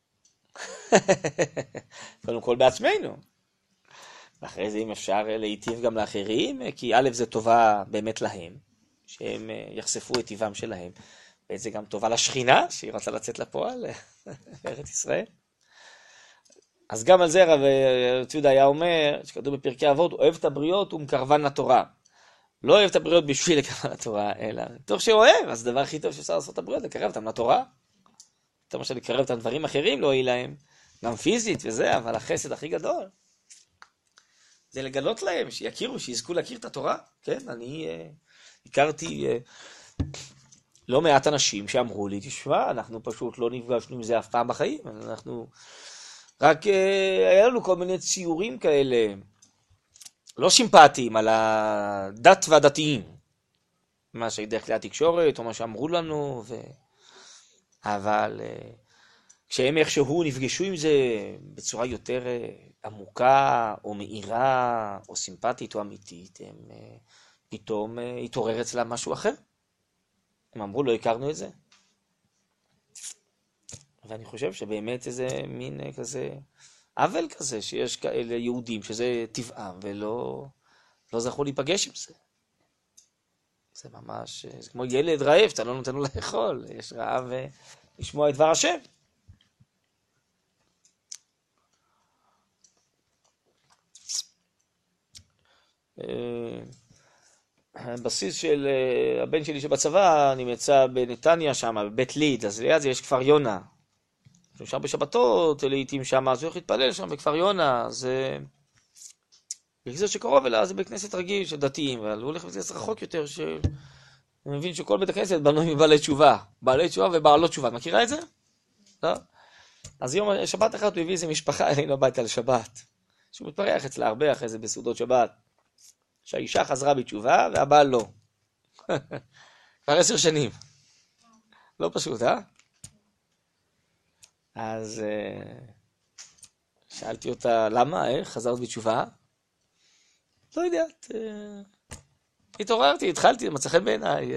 קודם כל בעצמנו. ואחרי זה אם אפשר להיטיב גם לאחרים, כי א' זה טובה באמת להם, שהם יחשפו את טבעם שלהם. וזה גם טובה לשכינה, שהיא רוצה לצאת לפועל בארץ ישראל. אז גם על זה רב ציודה היה אומר, שכתוב בפרקי אבות, אוהב את הבריות ומקרבן לתורה. לא אוהב את הבריות בשביל לקרבן לתורה, אלא תוך שאוהב, אז הדבר הכי טוב שאפשר לעשות את הבריות, לקרב אותם לתורה. יותר משל לקרב אותם דברים אחרים, לא יהיה להם, גם פיזית וזה, אבל החסד הכי גדול. זה לגלות להם, שיכירו, שיזכו להכיר את התורה. כן, אני הכרתי לא מעט אנשים שאמרו לי, תשמע, אנחנו פשוט לא נפגשנו עם זה אף פעם בחיים, אנחנו רק היה לנו כל מיני ציורים כאלה, לא סימפטיים, על הדת והדתיים. מה שדרך כלי התקשורת, או מה שאמרו לנו, אבל כשהם איכשהו נפגשו עם זה בצורה יותר עמוקה, או מאירה, או סימפטית, או אמיתית, הם פתאום התעורר אצלם משהו אחר. הם אמרו, לא הכרנו את זה. ואני חושב שבאמת איזה מין כזה עוול כזה, שיש כאלה יהודים שזה טבעם, ולא זכו להיפגש עם זה. זה ממש, זה כמו ילד רעב, אתה לא נותן לו לאכול, יש רעב לשמוע את דבר השם. הבסיס של הבן שלי שבצבא נמצא בנתניה שם, בבית ליד, אז ליד זה יש כפר יונה. שם בשבתות, לעתים שם, אז הוא הולך להתפלל שם בכפר יונה, זה בכנסת שקרוב אליה, זה בית כנסת רגיל של דתיים, אבל הוא הולך לבית כנסת רחוק יותר, שאני מבין שכל בית הכנסת בנוי מבעלי תשובה, בעלי תשובה ובעלות תשובה, מכירה את זה? לא? אז יום שבת אחד הוא הביא איזה משפחה אלינו הביתה לשבת, שהוא מתפרח אצלה הרבה אחרי זה בסעודות שבת, שהאישה חזרה בתשובה והבעל לא. כבר 10 שנים. לא פשוט, אה? אז שאלתי אותה, למה? איך? חזרת בתשובה? לא יודעת. התעוררתי, התחלתי, מצא חן בעיניי.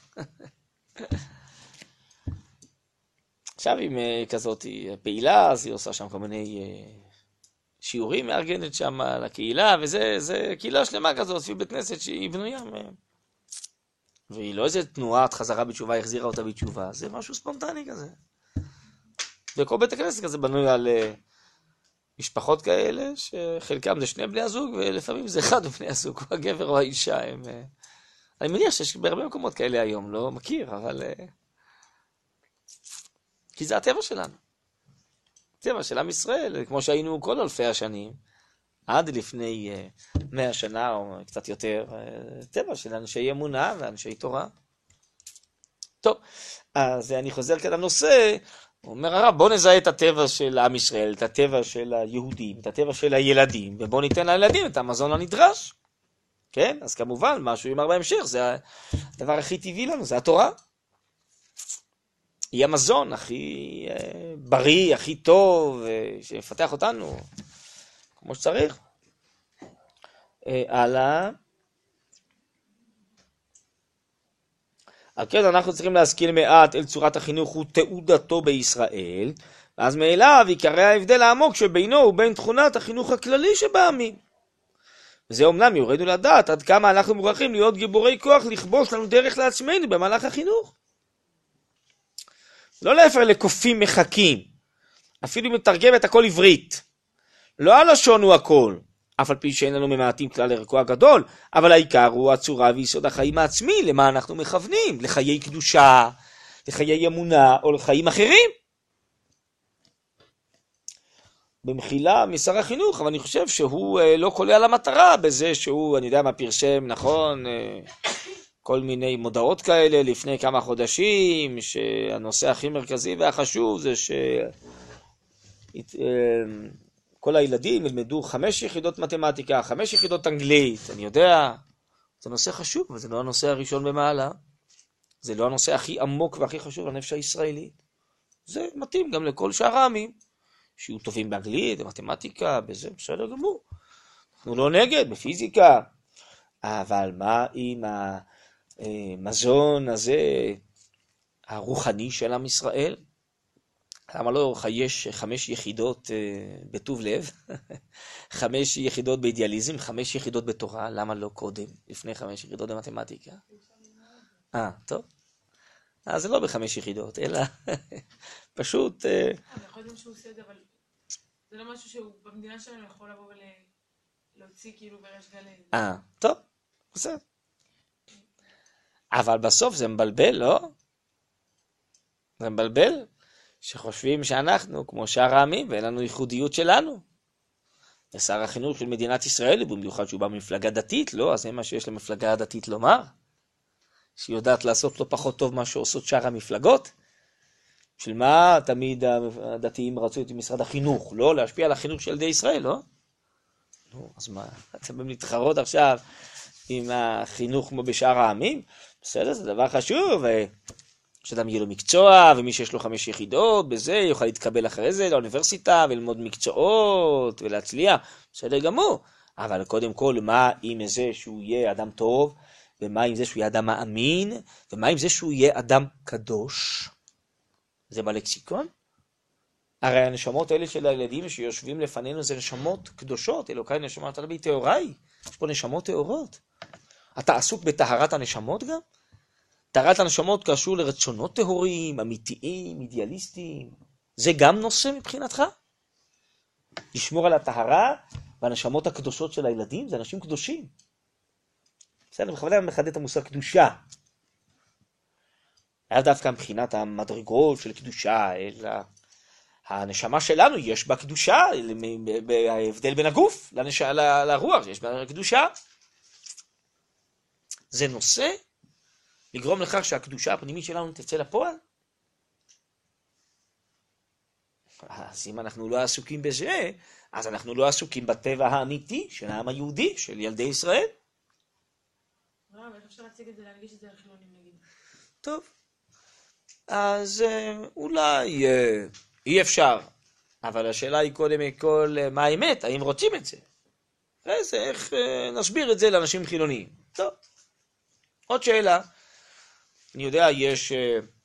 עכשיו היא כזאת פעילה, אז היא עושה שם כל מיני שיעורים, מארגנת שם לקהילה, וזה קהילה שלמה כזאת, שהיא בית כנסת שהיא בנויה. והיא לא איזה תנועת חזרה בתשובה, החזירה אותה בתשובה, זה משהו ספונטני כזה. וכל בית הכנסת כזה בנוי על משפחות כאלה, שחלקם זה 2 בני הזוג, ולפעמים זה 1 מבני הזוג, או הגבר או האישה. אני מניח שיש בהרבה מקומות כאלה היום, לא מכיר, אבל כי זה הטבע שלנו. הטבע של עם ישראל, כמו שהיינו כל אלפי השנים, עד לפני 100 שנה או קצת יותר, טבע של אנשי אמונה ואנשי תורה. טוב, אז אני חוזר כאן לנושא, הוא אומר הרב, בוא נזהה את הטבע של עם ישראל, את הטבע של היהודים, את הטבע של הילדים, ובוא ניתן לילדים את המזון הנדרש. כן? אז כמובן, משהו יאמר בהמשך, זה הדבר הכי טבעי לנו, זה התורה. היא המזון הכי בריא, הכי טוב, שיפתח אותנו כמו שצריך. הלאה. על כן אנחנו צריכים להשכיל מעט אל צורת החינוך ותעודתו בישראל, ואז מאליו יקרא ההבדל העמוק שבינו ובין תכונת החינוך הכללי שבעמים. וזה אומנם יורדנו לדעת עד כמה אנחנו מוכרחים להיות גיבורי כוח לכבוש לנו דרך לעצמנו במהלך החינוך. לא להפך לקופים מחכים, אפילו אם מתרגם את הכל עברית. לא הלשון הוא הכל, אף על פי שאין לנו ממעטים כלל ערכו הגדול, אבל העיקר הוא הצורה ויסוד החיים העצמי, למה אנחנו מכוונים, לחיי קדושה, לחיי אמונה או לחיים אחרים. במחילה משר החינוך, אבל אני חושב שהוא לא קולע למטרה בזה שהוא, אני יודע מה, פרסם, נכון, כל מיני מודעות כאלה לפני כמה חודשים, שהנושא הכי מרכזי והחשוב זה כל הילדים ילמדו 5 יחידות מתמטיקה, 5 יחידות אנגלית, אני יודע, זה נושא חשוב, אבל זה לא הנושא הראשון במעלה, זה לא הנושא הכי עמוק והכי חשוב לנפש הישראלית, זה מתאים גם לכל שאר העמים, שיהיו טובים באנגלית, במתמטיקה, בזה בסדר גמור, אנחנו לא נגד, בפיזיקה, אבל מה עם המזון הזה, הרוחני של עם ישראל? למה לא יש 5 יחידות בטוב לב, 5 יחידות באידיאליזם, 5 יחידות בתורה, למה לא קודם, לפני 5 יחידות במתמטיקה? טוב. זה לא ב5 יחידות, אלא פשוט... אני יכול לדעת שהוא עושה את זה, אבל זה לא משהו שהוא במדינה שלנו יכול לבוא ולהוציא כאילו בריש גלי. טוב, בסדר. אבל בסוף זה מבלבל, לא? זה מבלבל? שחושבים שאנחנו כמו שאר העמים ואין לנו ייחודיות שלנו. ושר החינוך של מדינת ישראל, במיוחד שהוא בא ממפלגה דתית, לא? אז זה מה שיש למפלגה הדתית לומר. שהיא יודעת לעשות לא פחות טוב מה שעושות שאר המפלגות. של מה תמיד הדתיים רצו את משרד החינוך, לא? להשפיע על החינוך של ילדי ישראל, לא? אז מה? אתם להתחרות עכשיו עם החינוך כמו בשאר העמים? בסדר, זה דבר חשוב. שאדם יהיה לו מקצוע, ומי שיש לו 5 יחידות, בזה יוכל להתקבל אחרי זה לאוניברסיטה, וללמוד מקצועות, ולהצליח. בסדר גמור. אבל קודם כל, מה עם זה שהוא יהיה אדם טוב, ומה עם זה שהוא יהיה אדם מאמין, ומה עם זה שהוא יהיה אדם קדוש? זה בלקסיקון? הרי הנשמות האלה של הילדים שיושבים לפנינו זה נשמות קדושות, אלוקי נשמות הרבי טהוראי, יש פה נשמות טהורות. אתה עסוק בטהרת הנשמות גם? טהרת הנשמות קשור לרצונות טהוריים, אמיתיים, אידיאליסטיים. זה גם נושא מבחינתך? לשמור על הטהרה והנשמות הקדושות של הילדים, זה אנשים קדושים. בסדר, בכוונה מחדד את המושג קדושה. היה דווקא מבחינת המדרגות של קדושה, אלא הנשמה שלנו יש בה קדושה, בהבדל בין הגוף לרוח, יש בה קדושה. זה נושא לגרום לכך שהקדושה הפנימית שלנו תצא לפועל. אז אם אנחנו לא עסוקים בזה, אז אנחנו לא עסוקים בטבע האמיתי של העם היהודי, של ילדי ישראל. איך אפשר להציג את זה, להנגיש את זה לחילונים נגיד? טוב, אז אולי אי אפשר, אבל השאלה היא קודם כל מה האמת, האם רוצים את זה? אחרי זה איך נסביר את זה לאנשים חילוניים. טוב, עוד שאלה. אני יודע, יש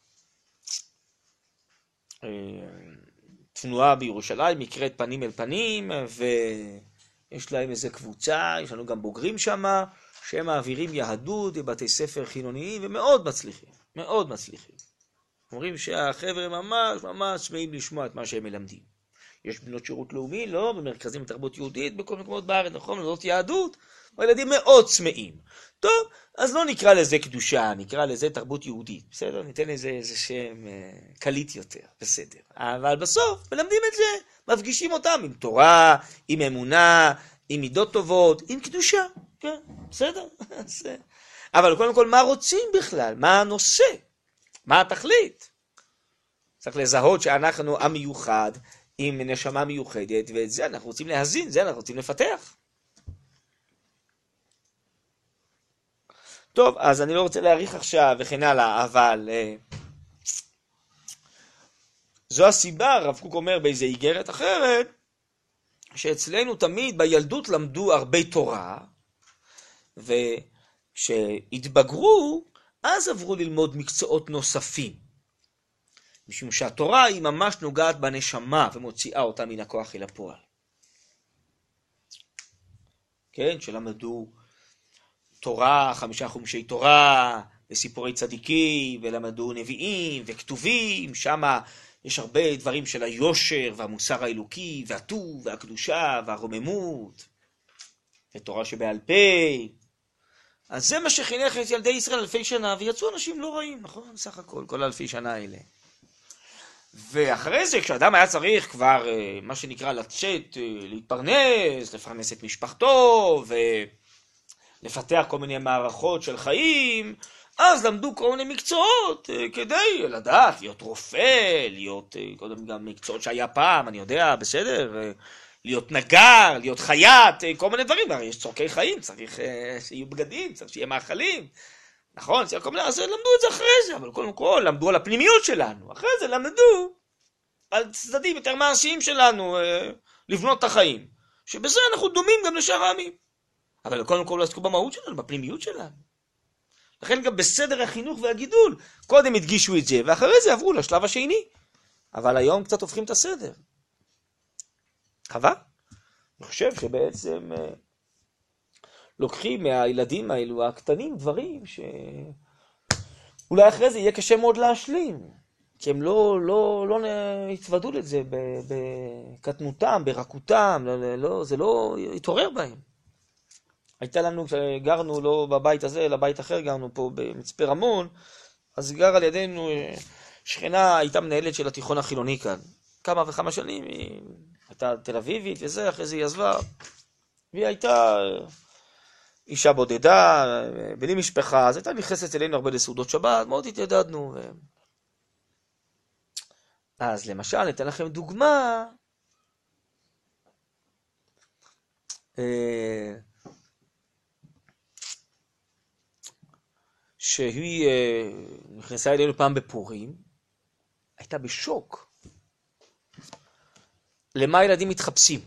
תנועה בירושלים, מקראת פנים אל פנים, ויש להם איזו קבוצה, יש לנו גם בוגרים שם, שהם מעבירים יהדות בבתי ספר חילוניים, ומאוד מצליחים, מאוד מצליחים. אומרים שהחבר'ה ממש ממש צמאים לשמוע את מה שהם מלמדים. יש בנות שירות לאומי, לא, במרכזים לתרבות יהודית, בכל מקומות בארץ, נכון, זאת יהדות, הילדים מאוד צמאים. טוב, אז לא נקרא לזה קדושה, נקרא לזה תרבות יהודית, בסדר? ניתן לזה איזה שם קליט יותר, בסדר. אבל בסוף מלמדים את זה, מפגישים אותם עם תורה, עם אמונה, עם מידות טובות, עם קדושה, כן, בסדר? אבל קודם כל, מה רוצים בכלל? מה הנושא? מה התכלית? צריך לזהות שאנחנו עם מיוחד, עם נשמה מיוחדת, ואת זה אנחנו רוצים להזין, זה אנחנו רוצים לפתח. טוב, אז אני לא רוצה להאריך עכשיו וכן הלאה, אבל זו הסיבה, הרב קוק אומר באיזו איגרת אחרת, שאצלנו תמיד בילדות למדו הרבה תורה, וכשהתבגרו, אז עברו ללמוד מקצועות נוספים. משום שהתורה היא ממש נוגעת בנשמה ומוציאה אותה מן הכוח אל הפועל. כן, שלמדו תורה, 5 חומשי תורה, לסיפורי צדיקים, ולמדו נביאים וכתובים, שם יש הרבה דברים של היושר והמוסר האלוקי, והטוב והקדושה והרוממות, ותורה שבעל פה. אז זה מה שחינך את ילדי ישראל אלפי שנה, ויצאו אנשים לא רעים, נכון? סך הכל, כל אלפי שנה האלה. ואחרי זה, כשאדם היה צריך כבר, מה שנקרא, לצאת, להתפרנס, לפרנס את משפחתו, ולפתח כל מיני מערכות של חיים, אז למדו כל מיני מקצועות כדי לדעת, להיות רופא, להיות קודם גם מקצועות שהיה פעם, אני יודע, בסדר, להיות נגר, להיות חייט, כל מיני דברים, הרי יש צורכי חיים, צריך שיהיו בגדים, צריך שיהיה מאכלים, נכון, צריך כל מיני, אז למדו את זה אחרי זה, אבל קודם כל למדו על הפנימיות שלנו, אחרי זה למדו על צדדים יותר מעשיים שלנו, לבנות את החיים, שבזה אנחנו דומים גם לשאר העמים, אבל קודם כל עסקו במהות שלנו, בפנימיות שלנו. לכן גם בסדר החינוך והגידול, קודם הדגישו את זה, ואחרי זה עברו לשלב השני. אבל היום קצת הופכים את הסדר. חבל? אני חושב שבעצם לוקחים מהילדים האלו, הקטנים, דברים שאולי אחרי זה יהיה קשה מאוד להשלים. כי הם לא התוודעו לזה בקטנותם, ברכותם, זה לא התעורר בהם. הייתה לנו, כשגרנו לא בבית הזה, אלא בית אחר, גרנו פה במצפה רמון, אז גר על ידינו שכנה, הייתה מנהלת של התיכון החילוני כאן. כמה וכמה שנים, היא הייתה תל אביבית וזה, אחרי זה היא עזבה. והיא הייתה אישה בודדה, בלי משפחה, אז הייתה נכנסת אלינו הרבה לסעודות שבת, מאוד התיידדנו. אז למשל, ניתן לכם דוגמה, שהיא נכנסה אלינו פעם בפורים, הייתה בשוק. למה ילדים מתחפשים?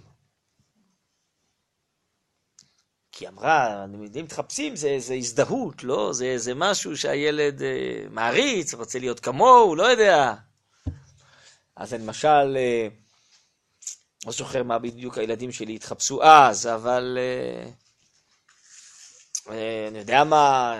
כי אמרה, ילדים מתחפשים, זה הזדהות, לא? זה משהו שהילד מעריץ, רוצה להיות כמוהו, לא יודע. אז למשל, לא זוכר מה בדיוק הילדים שלי התחפשו אז, אבל אני יודע מה,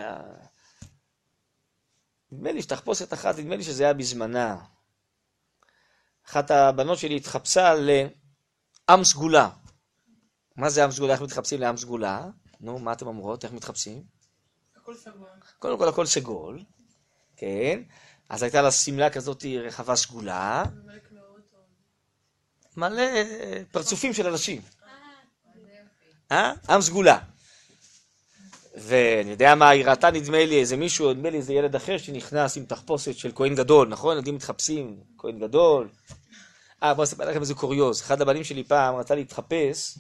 נדמה לי שתחפושת אחת, נדמה לי שזה היה בזמנה. אחת הבנות שלי התחפשה לעם סגולה. מה זה עם סגולה? איך מתחפשים לעם סגולה? נו, מה אתם אומרות? איך מתחפשים? הכל סגול. קודם כל הכל סגול, כן. אז הייתה לה סמלה כזאת רחבה סגולה. מלא פרצופים של אנשים. עם סגולה. ואני יודע מה, היא ראתה נדמה לי איזה מישהו, נדמה לי איזה ילד אחר שנכנס עם תחפושת של כהן גדול, נכון? ילדים מתחפשים, כהן גדול. בואו אספר לכם איזה קוריוז. אחד הבנים שלי פעם רצה להתחפש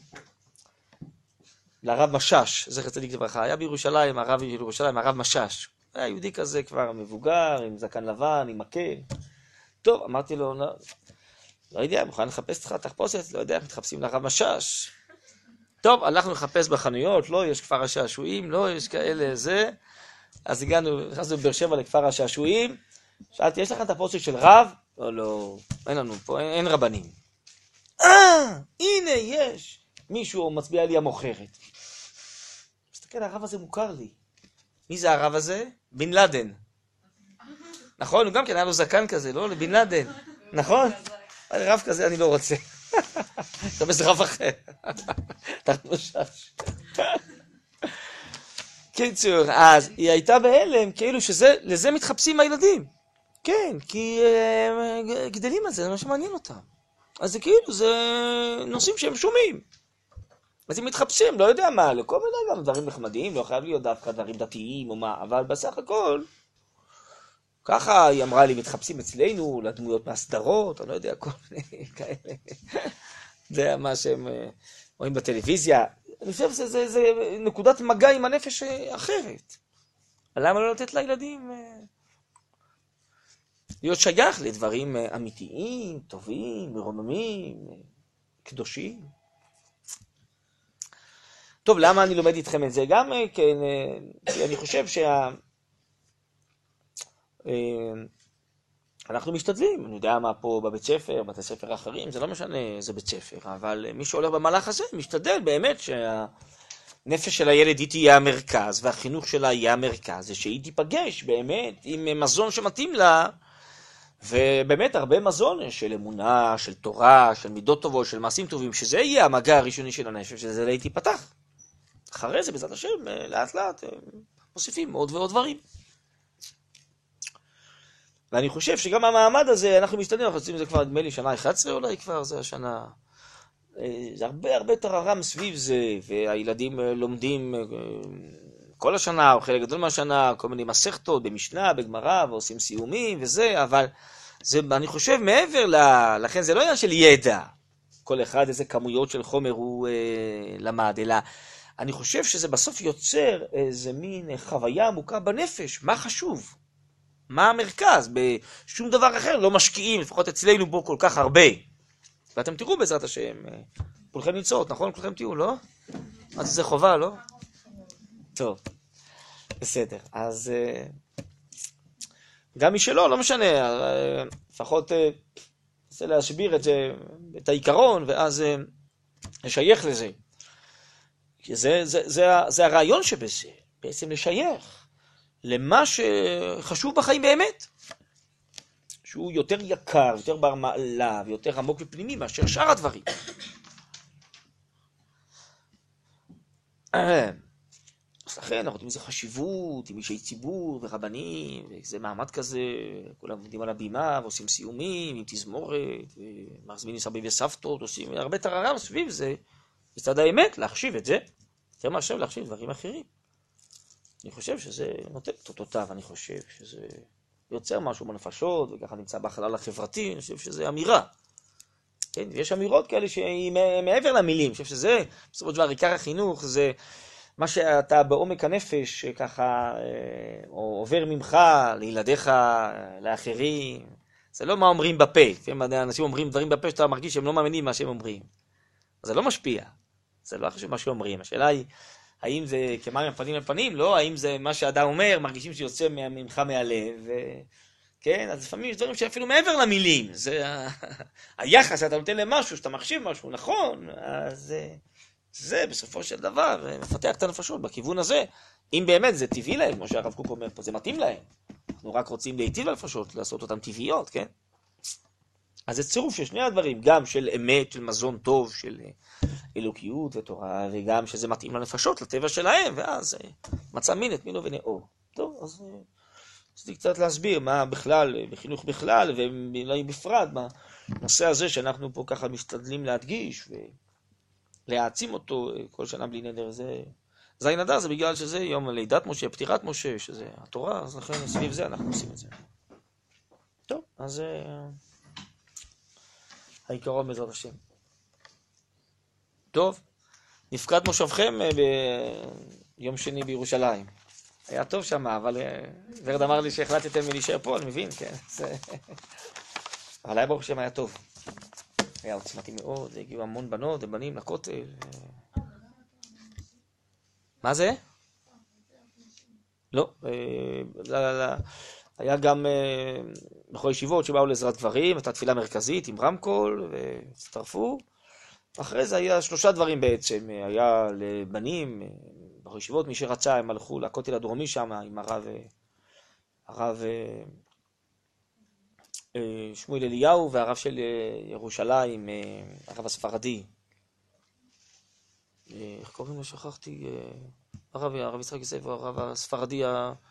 לרב משש, זכר צדיק לברכה. היה בירושלים, הרב בירושלים, הרב משש. היה יהודי כזה כבר מבוגר, עם זקן לבן, עם מקל. טוב, אמרתי לו, לא יודע, מוכן לחפש לך תחפושת? לא יודע, מתחפשים לרב משש. טוב, הלכנו לחפש בחנויות, לא, יש כפר השעשועים, לא, יש כאלה, זה. אז נכנסנו בבאר שבע לכפר השעשועים, שאלתי, יש לכם תחפושת של רב? לא, אין לנו פה, אין רבנים. הנה, יש. מישהו מצביע לי המוכרת. מסתכל, הרב הזה מוכר לי. מי זה הרב הזה? בן לדן. נכון, הוא גם כן היה לו זקן כזה, לא? לבן לדן. נכון? רב כזה אני לא רוצה. תחפש רב אחר. תחמושש. קיצור, אז היא הייתה בהלם, כאילו שלזה מתחפשים הילדים. כן, כי גדלים על זה, זה מה שמעניין אותם. אז זה כאילו, זה נושאים שהם שומעים. אז הם מתחפשים, לא יודע מה, לכל מיני גם דברים נחמדים, לא חייב להיות דווקא דברים דתיים או מה, אבל בסך הכל, ככה היא אמרה לי, מתחפשים אצלנו, לדמויות מהסדרות, אני לא יודע, כל מיני כאלה. זה מה שהם רואים בטלוויזיה. אני חושב שזה נקודת מגע עם הנפש אחרת. למה לא לתת לילדים להיות שייך לדברים אמיתיים, טובים, מרוממים, קדושים? טוב, למה אני לומד איתכם את זה? גם כן, כי אני חושב אנחנו משתדלים, אני יודע מה פה בבית ספר, בתי ספר האחרים, זה לא משנה איזה בית ספר, אבל מי שהולך במהלך הזה משתדל באמת שהנפש של הילד היא תהיה המרכז, והחינוך שלה יהיה המרכז, זה שהיא תיפגש באמת עם מזון שמתאים לה, ובאמת הרבה מזון של אמונה, של תורה, של מידות טובות, של מעשים טובים, שזה יהיה המגע הראשוני של הנפש, שזה לה תיפתח. אחרי זה, בעזרת השם, לאט לאט מוסיפים עוד ועוד דברים. ואני חושב שגם המעמד הזה, אנחנו משתדלים, אנחנו עושים את זה כבר, נדמה לי, שנה 11 אולי כבר, זה השנה. זה הרבה טררם סביב זה, והילדים לומדים כל השנה, או חלק גדול מהשנה, כל מיני מסכתות במשנה, בגמרא, ועושים סיומים וזה, אבל זה, אני חושב, מעבר לכן זה לא עניין של ידע, כל אחד איזה כמויות של חומר הוא למד, אלא אני חושב שזה בסוף יוצר איזה מין חוויה עמוקה בנפש, מה חשוב? מה המרכז? בשום דבר אחר לא משקיעים, לפחות אצלנו בו כל כך הרבה. ואתם תראו בעזרת השם, כולכם נמצאות, נכון? כולכם תהיו, לא? אז זה חובה, לא? טוב, בסדר. אז גם מי שלא, לא משנה, לפחות ננסה להסביר את זה, את העיקרון, ואז לשייך לזה. זה הרעיון שבזה, בעצם לשייך למה שחשוב בחיים באמת. שהוא יותר יקר, יותר בר מעלה, ויותר עמוק ופנימי מאשר שאר הדברים. אז לכן אנחנו יודעים איזה חשיבות, עם אישי ציבור ורבנים, ואיזה מעמד כזה, כולם עומדים על הבימה ועושים סיומים, עם תזמורת, ומזמינים סבים וסבתות, עושים הרבה טררם סביב זה, בצד האמת, להחשיב את זה, יותר מאשר להחשיב דברים אחרים. אני חושב שזה נותן את אותותיו, אני חושב שזה יוצר משהו בנפשות, וככה נמצא בחלל החברתי, אני חושב שזה אמירה. כן? ויש אמירות כאלה שהיא מעבר למילים, אני חושב שזה, בסופו של דבר, עיקר החינוך, זה מה שאתה בעומק הנפש, ככה, או עובר ממך, לילדיך, לאחרים, זה לא מה אומרים בפה. אנשים אומרים דברים בפה שאתה מרגיש שהם לא מאמינים מה שהם אומרים. זה לא משפיע, זה לא חשוב מה שאומרים. השאלה היא, האם זה כמים מפנים לפנים? לא, האם זה מה שאדם אומר, מרגישים שיוצא ממך מהלב, כן? אז לפעמים יש דברים שאפילו מעבר למילים, זה היחס שאתה נותן למשהו, שאתה מחשיב משהו, נכון, אז זה בסופו של דבר מפתח את הנפשות בכיוון הזה. אם באמת זה טבעי להם, כמו שהרב קוק אומר פה, זה מתאים להם. אנחנו רק רוצים להיטיב לנפשות, לעשות אותם טבעיות, כן? אז זה צירוף של שני הדברים, גם של אמת, של מזון טוב, של אלוקיות ותורה, וגם שזה מתאים לנפשות, לטבע שלהם, ואז מצא מין את מינו ונאור. טוב, אז רציתי קצת להסביר מה בכלל, בחינוך בכלל, ואולי בפרט, בנושא הזה שאנחנו פה ככה משתדלים להדגיש, ולהעצים אותו כל שנה בלי נדר. זה זין אדר, זה בגלל שזה יום לידת משה, פטירת משה, שזה התורה, אז לכן סביב זה אנחנו עושים את זה. טוב, אז העיקרון בעזרת השם. טוב, נפקד מושבכם ביום שני בירושלים. היה טוב שם, אבל ורד אמר לי שהחלטתם להישאר פה, אני מבין, כן. אבל היה ברוך השם היה טוב. היה עוצמתי מאוד, הגיעו המון בנות ובנים לכותל. מה זה? לא, היה גם בכל ישיבות שבאו לעזרת דברים, הייתה תפילה מרכזית עם רמקול, והצטרפו. אחרי זה היה 3 דברים בעצם, היה לבנים, בכל ישיבות, מי שרצה, הם הלכו לכותל הדרומי שם, עם הרב שמואל אליהו, והרב של ירושלים, הרב הספרדי. איך קוראים לו? שכחתי, הרב יצחק יוסף, הרב הספרדי,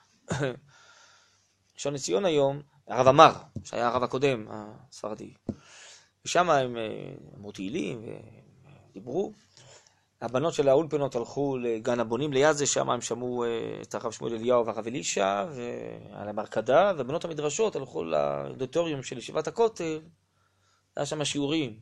ראשון לציון היום, הרב אמר, שהיה הרב הקודם, הספרדי. ושם הם אמרו תהילים ודיברו. הבנות של האולפנות הלכו לגן הבונים ליד זה, שם הם שמעו את הרב שמואל אליהו והרב אלישע ועל המרקדה, ובנות המדרשות הלכו לאודיטוריום של ישיבת הכותל, היה שם שיעורים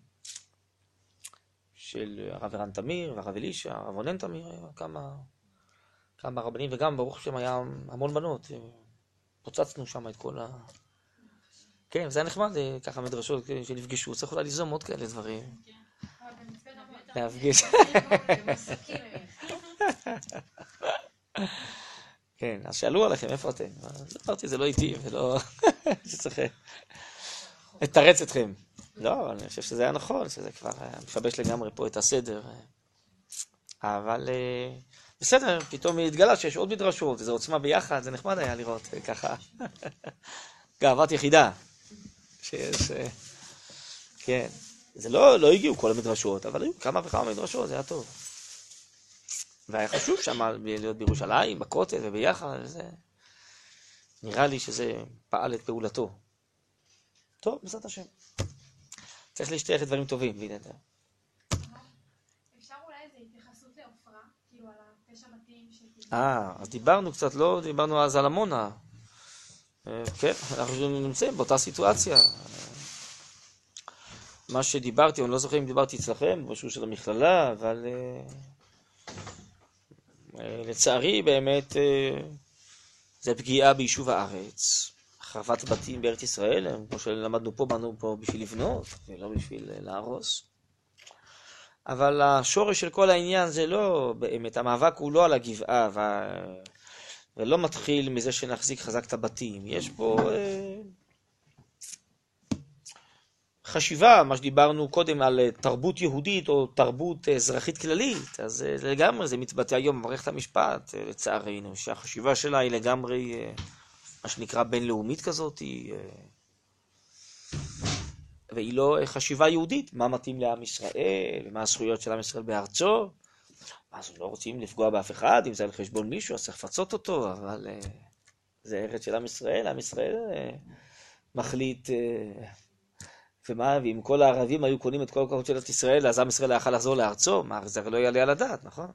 של הרב ערן תמיר והרב אלישע, הרב רונן תמיר, כמה רבנים, וגם ברוך השם היה המון בנות, פוצצנו שם את כל כן, זה היה נחמד, ככה מדרשות שנפגשו, צריך אולי ליזום עוד כאלה דברים. להפגיש. כן, אז שאלו עליכם, איפה אתם? אמרתי, זה לא איתי, ולא שצריך לתרץ אתכם. לא, אני חושב שזה היה נכון, שזה כבר משבש לגמרי פה את הסדר. אבל בסדר, פתאום התגלה שיש עוד מדרשות, איזו עוצמה ביחד, זה נחמד היה לראות ככה. גאוות יחידה. שיש, כן. זה לא הגיעו כל המדרשות, אבל היו כמה וכמה מדרשות, זה היה טוב. והיה חשוב שם להיות בירושלים, בכותל וביחד, וזה... נראה לי שזה פעל את פעולתו. טוב, בעזרת השם. צריך להשתייך לדברים טובים, והנה אתה. אפשר אולי איזו התייחסות לעופרה, כאילו על 9 בתים של... אז דיברנו קצת, לא? דיברנו אז על עמונה. כן, אנחנו נמצאים באותה סיטואציה. מה שדיברתי, אני לא זוכר אם דיברתי אצלכם, משהו של המכללה, אבל לצערי באמת זה פגיעה ביישוב הארץ. החרבת בתים בארץ ישראל, כמו שלמדנו פה, באנו פה בשביל לבנות, ולא בשביל להרוס. אבל השורש של כל העניין זה לא באמת, המאבק הוא לא על הגבעה, ולא מתחיל מזה שנחזיק חזק את הבתים. יש פה חשיבה, מה שדיברנו קודם על תרבות יהודית או תרבות אזרחית כללית, אז לגמרי זה מתבטא היום במערכת המשפט, לצערנו, שהחשיבה שלה היא לגמרי מה שנקרא בינלאומית כזאת, והיא לא חשיבה יהודית, מה מתאים לעם ישראל, ומה הזכויות של עם ישראל בארצו. אז לא רוצים לפגוע באף אחד, אם זה על חשבון מישהו, אז צריך לפצות אותו, אבל זה ארץ של עם ישראל, עם ישראל מחליט, ואם כל הערבים היו קונים את כל הכוחות של ארץ ישראל, אז עם ישראל היה לחזור לארצו, מה זה לא יעלה על הדעת, נכון?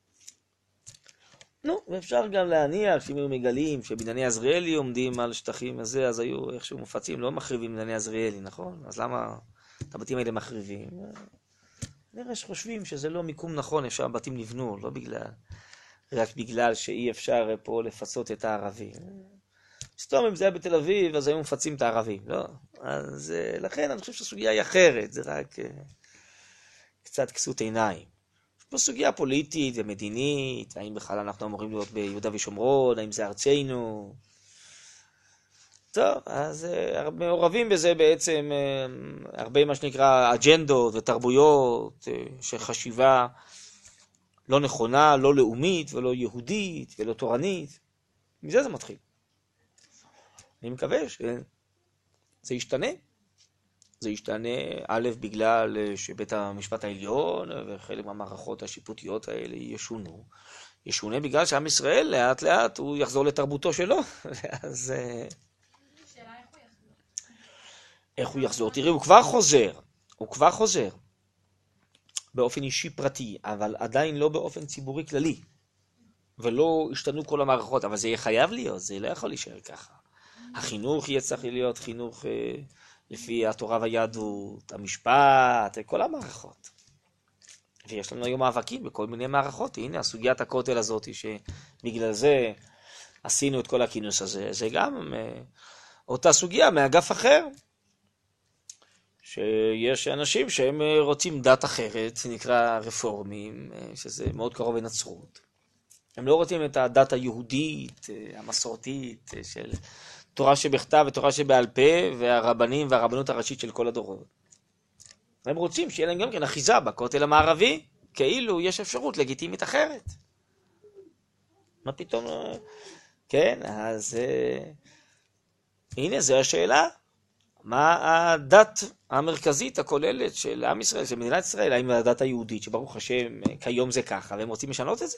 נו, ואפשר גם להניח שאם היו מגלים שבנייני עזריאלי עומדים על שטחים הזה, אז היו איכשהו מופצים, לא מחריבים בנייני עזריאלי, נכון? אז למה את הבתים האלה מחריבים? נראה שחושבים שזה לא מיקום נכון, אפשר הבתים לבנו, לא רק בגלל שאי אפשר פה לפצות את הערבים. סתום, אם זה היה בתל אביב, אז היו מפצים את הערבים, לא? אז לכן אני חושב שהסוגיה היא אחרת, זה רק קצת כסות עיניים. יש פה סוגיה פוליטית ומדינית, האם בכלל אנחנו אמורים להיות ביהודה ושומרון, האם זה ארצנו. טוב, אז מעורבים בזה בעצם הרבה מה שנקרא אג'נדות ותרבויות של חשיבה לא נכונה, לא לאומית ולא יהודית ולא תורנית. מזה זה מתחיל. אני מקווה שזה ישתנה. זה ישתנה א' בגלל שבית המשפט העליון וחלק מהמערכות השיפוטיות האלה ישונו. ישונה בגלל שעם ישראל לאט לאט הוא יחזור לתרבותו שלו. אז איך הוא יחזור? תראי, הוא כבר חוזר באופן אישי פרטי, אבל עדיין לא באופן ציבורי כללי. ולא השתנו כל המערכות, אבל זה יהיה חייב להיות, זה לא יכול להישאר ככה. החינוך יהיה צריך להיות חינוך לפי התורה והיהדות, המשפט, כל המערכות. ויש לנו היום מאבקים בכל מיני מערכות. הנה, הסוגיית הכותל הזאת, שבגלל זה עשינו את כל הכינוס הזה, זה גם אותה סוגיה מאגף אחר. שיש אנשים שהם רוצים דת אחרת, נקרא רפורמים, שזה מאוד קרוב לנצרות. הם לא רוצים את הדת היהודית, המסורתית, של תורה שבכתב ותורה שבעל פה, והרבנים והרבנות הראשית של כל הדורות. הם רוצים שיהיה להם גם כן אחיזה בכותל המערבי, כאילו יש אפשרות לגיטימית אחרת. מה פתאום? כן, אז הנה, זו השאלה. מה הדת המרכזית הכוללת של עם ישראל, של מדינת ישראל, האם הדת היהודית, שברוך השם כיום זה ככה, והם רוצים לשנות את זה?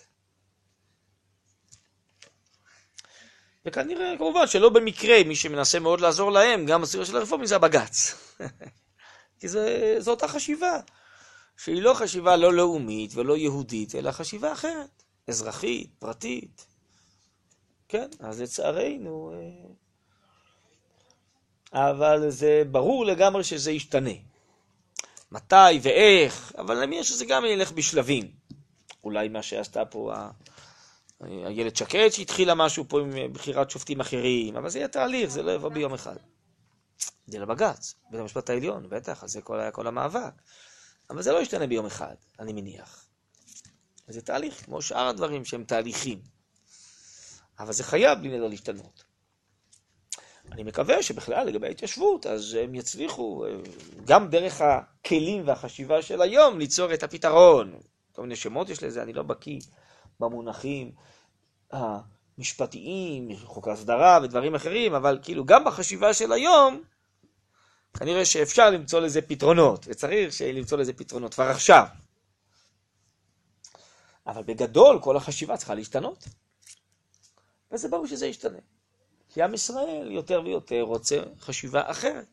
וכנראה, כמובן, שלא במקרה, מי שמנסה מאוד לעזור להם, גם הסוגיה של הרפורמים, זה הבג"ץ. כי זו אותה חשיבה, שהיא לא חשיבה לא לאומית ולא יהודית, אלא חשיבה אחרת, אזרחית, פרטית. כן, אז לצערנו, אבל זה ברור לגמרי שזה ישתנה. מתי ואיך, אבל אני מניח שזה גם ילך בשלבים. אולי מה שעשתה פה הילד שקד, שהתחילה משהו פה עם בחירת שופטים אחרים, אבל זה יהיה תהליך, זה לא יבוא ביום אחד. זה לבג"ץ, בית המשפט העליון, בטח, אז זה כל המאבק. אבל זה לא ישתנה ביום אחד, אני מניח. זה תהליך, כמו שאר הדברים שהם תהליכים. אבל זה חייב בלי נדר להשתנות. אני מקווה שבכלל לגבי ההתיישבות, אז הם יצליחו גם דרך הכלים והחשיבה של היום ליצור את הפתרון. כל מיני שמות יש לזה, אני לא בקיא במונחים המשפטיים, חוק ההסדרה ודברים אחרים, אבל כאילו גם בחשיבה של היום, כנראה שאפשר למצוא לזה פתרונות, וצריך למצוא לזה פתרונות כבר עכשיו. אבל בגדול כל החשיבה צריכה להשתנות. וזה ברור שזה ישתנה. כי עם ישראל יותר ויותר רוצה חשיבה אחרת.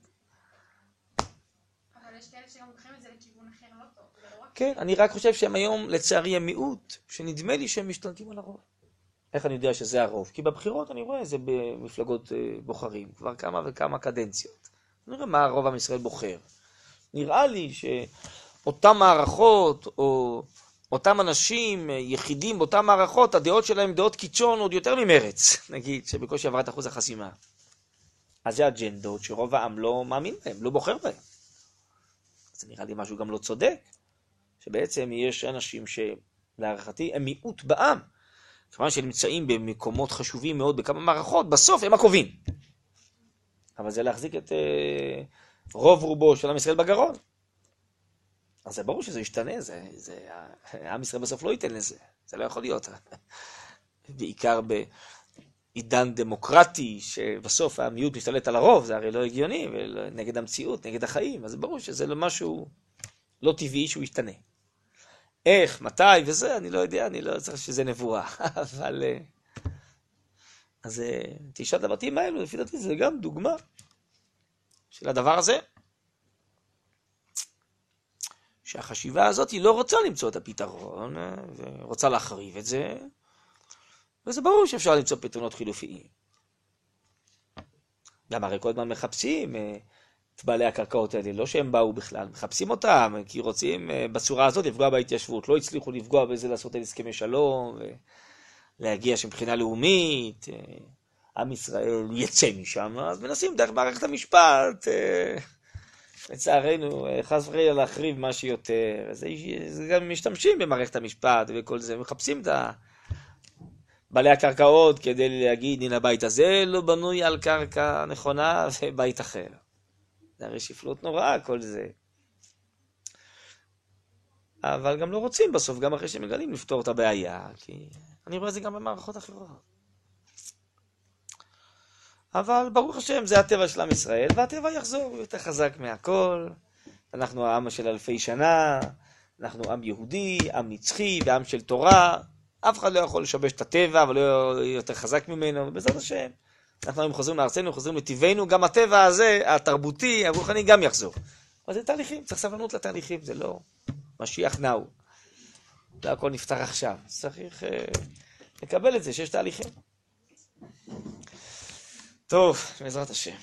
אבל יש כאלה שגם לוקחים את זה לכיוון אחר לא טוב. כן, אני רק חושב שהם היום לצערי המיעוט, שנדמה לי שהם משתלטים על הרוב. איך אני יודע שזה הרוב? כי בבחירות אני רואה זה במפלגות בוחרים, כבר כמה וכמה קדנציות. נראה מה הרוב עם ישראל בוחר. נראה לי שאותם מערכות או אותם אנשים יחידים באותם מערכות, הדעות שלהם דעות קיצון עוד יותר ממרץ, נגיד, שבקושי עברה את אחוז החסימה. אז זה אג'נדות שרוב העם לא מאמין בהם, לא בוחר בהם. זה נראה לי משהו גם לא צודק, שבעצם יש אנשים שלהערכתי הם מיעוט בעם, כמובן שנמצאים במקומות חשובים מאוד בכמה מערכות, בסוף הם הקובעים. אבל זה להחזיק את רוב רובו של עם ישראל בגרון. אז זה ברור שזה ישתנה, עם ישראל בסוף לא ייתן לזה, זה לא יכול להיות. בעיקר בעידן דמוקרטי, שבסוף המיעוט משתלט על הרוב, זה הרי לא הגיוני, נגד המציאות, נגד החיים, אז זה ברור שזה לא משהו לא טבעי שהוא ישתנה. איך, מתי וזה, אני לא יודע, אני לא צריך שזה נבואה, אבל אז תשעת הבתים האלו, לפי דעתי זה גם דוגמה של הדבר הזה. שהחשיבה הזאת היא לא רוצה למצוא את הפתרון, ורוצה להחריב את זה, וזה ברור שאפשר למצוא פתרונות חילופיים. גם הרי כל הזמן מחפשים את בעלי הקרקעות האלה, לא שהם באו בכלל, מחפשים אותם, כי רוצים בצורה הזאת לפגוע בהתיישבות, לא הצליחו לפגוע בזה, לעשות את הסכמי שלום, ולהגיע שמבחינה לאומית, עם ישראל יצא משם, אז מנסים דרך מערכת המשפט, לצערנו, חס וחלילה להחריב מה שיותר, זה גם משתמשים במערכת המשפט וכל זה, מחפשים את בעלי הקרקעות כדי להגיד, הנה הבית הזה לא בנוי על קרקע נכונה ובית אחר. זה הרי שפלות נוראה כל זה. אבל גם לא רוצים בסוף, גם אחרי שמגלים לפתור את הבעיה, כי אני רואה את זה גם במערכות אחרות. אבל ברוך השם זה הטבע של עם ישראל, והטבע יחזור יותר חזק מהכל. אנחנו העם של אלפי שנה, אנחנו עם יהודי, עם נצחי ועם של תורה. אף אחד לא יכול לשבש את הטבע, אבל לא יותר חזק ממנו, ובעזרת השם. אנחנו חוזרים לארצנו, חוזרים לטבענו, גם הטבע הזה, התרבותי, הרוחני, גם יחזור. אבל זה תהליכים, צריך סבלנות לתהליכים, זה לא משיח נאו. לא הכל נפתח עכשיו, צריך לקבל את זה שיש תהליכים. טוב, בעזרת השם.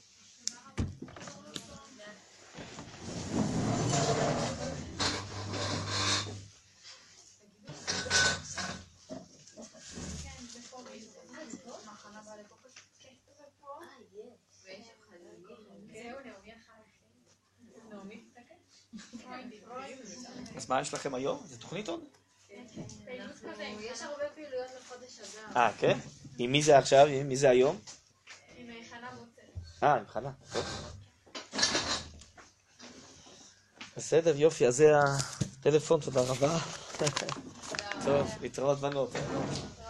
אז מה יש לכם היום? זה תוכנית עוד? יש הרבה פעילויות לחודש הבא. כן? עם מי זה עכשיו? עם מי זה היום? עם חנה בוצר. עם חנה, טוב. בסדר, יופי, אז זה הטלפון, תודה רבה. טוב, להתראות בנות.